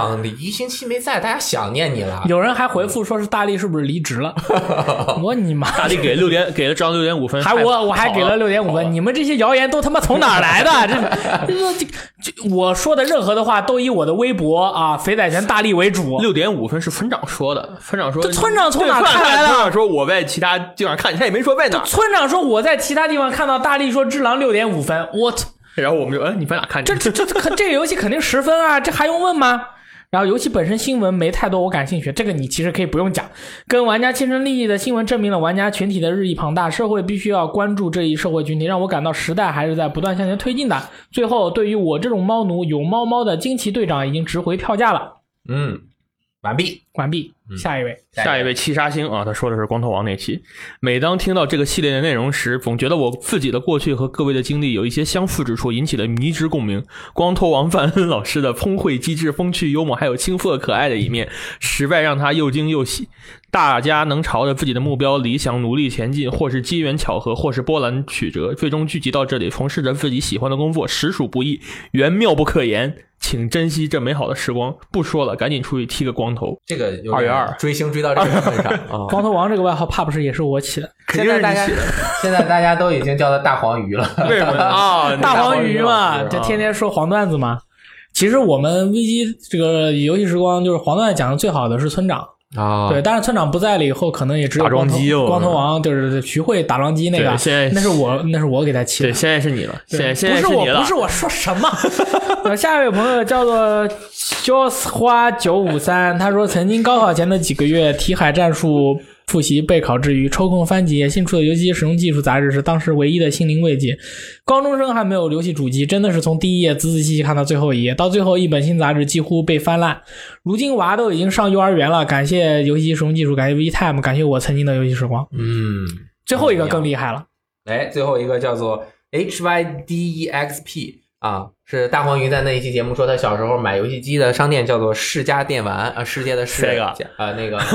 ，1星期没在，大家想念你了。 有人还回复说是大力是不是离职了我你妈， 大力给了6.5分， 我还给了6.5分，你们这些谣言都他妈从哪儿来的？这我说的任何的话都以我的微博啊肥仔拳大力为主。 6.5分是村长说的，村长说村长从哪看来的？ 村长说我在其他地方看，他也没说在哪。 村长说我在其他地方看到大力说只狼6.5分，我然后我们就你在哪看？ 这个游戏肯定10分啊，这还用问吗？然后游戏本身新闻没太多我感兴趣，这个你其实可以不用讲。跟玩家切身利益的新闻证明了玩家群体的日益庞大，社会必须要关注这一社会群体，让我感到时代还是在不断向前推进的。最后，对于我这种猫奴，有猫的惊奇队长已经值回票价了。 完毕。 下一位七杀星啊，他说的是光头王那期。每当听到这个系列的内容时，总觉得我自己的过去和各位的经历有一些相似之处，引起了迷之共鸣。光头王范恩老师的聪慧机智、风趣幽默还有青涩可爱的一面，实在让他又惊又喜。大家能朝着自己的目标理想努力前进，或是机缘巧合，或是波澜曲折，最终聚集到这里，从事着自己喜欢的工作，实属不易，缘妙不可言。请珍惜这美好的时光，不说了，赶紧出去剃个光头。 这个2月2追星追到这个份上光头王这个外号怕不是也是我起的？ 现在大家都已经叫他大黄鱼了。 为什么啊？ 大黄鱼嘛，这天天说黄段子嘛。其实我们 VG 这个游戏时光就是黄段子讲的最好的是村长。对，但是村长不在了以后，可能也只有光头王，就是徐汇打桩机那个，那是我给他起的。 对，现在是你了，现在是你了。 不是我说什么？下一位朋友叫做肖斯花953，他说曾经高考前的几个月，题海战术复习备考之余，抽空翻几页新出的游戏使用技术杂志是当时唯一的心灵慰藉。高中生还没有游戏主机，真的是从第一页仔仔细细看到最后一页，到最后一本新杂志几乎被翻烂。如今娃都已经上幼儿园了，感谢游戏使用技术，感谢 VTime， 感谢我曾经的游戏时光。最后一个更厉害了。 最后一个叫做 HYDEXP， 啊，是大黄鱼在那一期节目说他小时候买游戏机的商店叫做世家电玩啊，世界的世那个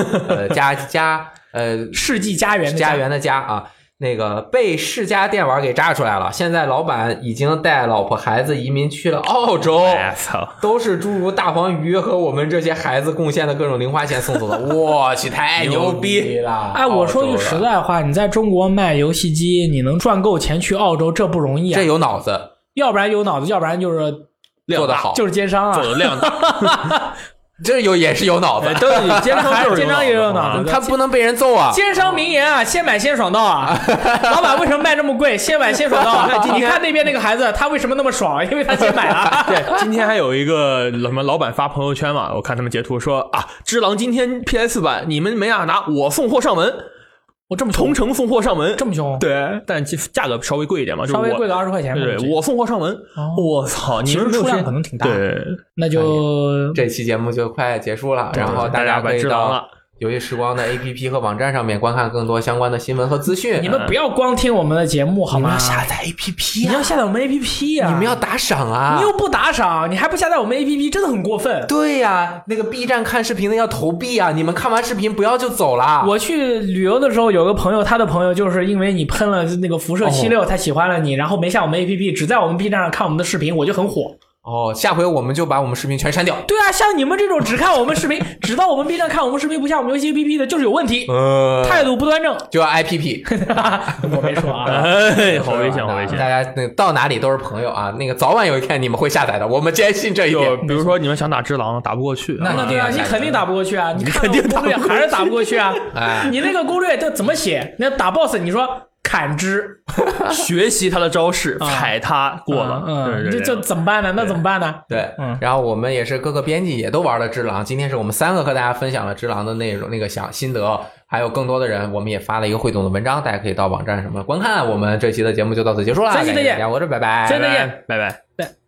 世纪家园的家啊，那个被世家电玩给炸出来了。现在老板已经带老婆孩子移民去了澳洲，都是诸如大黄鱼和我们这些孩子贡献的各种零花钱送走的。我去，太牛逼了！ 哎，我说句实在话，你在中国卖游戏机，你能赚够钱去澳洲，这不容易啊！ 这有脑子。 要不然有脑子，要不然就是做得好， 就是奸商啊， 做的量大。 这也是有脑子， 对，奸商也有脑子， 他不能被人揍啊！ 奸商名言啊，先买先爽到啊！老板为什么卖这么贵？先买先爽到啊！你看那边那个孩子，他为什么那么爽？因为他先买了。 对，今天还有一个什么老板发朋友圈嘛，我看他们截图说啊，只狼今天 PS 版你们没法拿，我送货上门。 我这么同城送货上门， 这么凶？ 对，但价格稍微贵一点嘛， 稍微贵个20块钱。 对，我送货上门。我操， 其实数量可能挺大。 对， 那就这期节目就快结束了，然后大家可以到游戏时光的 APP 和网站上面观看更多相关的新闻和资讯。 你们不要光听我们的节目好吗？ 你们要下载 APP 你要下载我们 APP 啊！ 你们要打赏啊！ 你又不打赏，你还不下载我们 APP， 真的很过分。 对呀，那个 B 站看视频的要投币啊！你们看完视频不要就走了。 我去旅游的时候，有个朋友，他的朋友就是因为你喷了那个辐射76，他喜欢了你，然后没下我们 APP， 只在我们 B 站上看我们的视频，我就很火。 下回我们就把我们视频全删掉。 对啊，像你们这种只看我们视频，只到我们 B 站看我们视频，不下我们游戏 APP 的，就是有问题，态度不端正， 就要 IPP。 我没说啊， 好危险，好危险！ 大家到哪里都是朋友啊，那个早晚有一天你们会下载的，我们坚信这一点。 比如说你们想打只狼，打不过去， 那对啊，你肯定打不过去啊，你看攻略还是打不过去啊。你那个攻略这怎么写？你要打 BOSS， 你说。砍之， 学习他的招式，踩他过了。 这怎么办呢？那怎么办呢？ 对，然后我们也是各个编辑也都玩了只狼，今天是我们3个和大家分享了只狼的内容，那个心得，还有更多的人，我们也发了一个汇总的文章，大家可以到网站什么观看。我们这期的节目就到此结束了， 下期再见， 我是拜拜， 下期再见， 拜拜。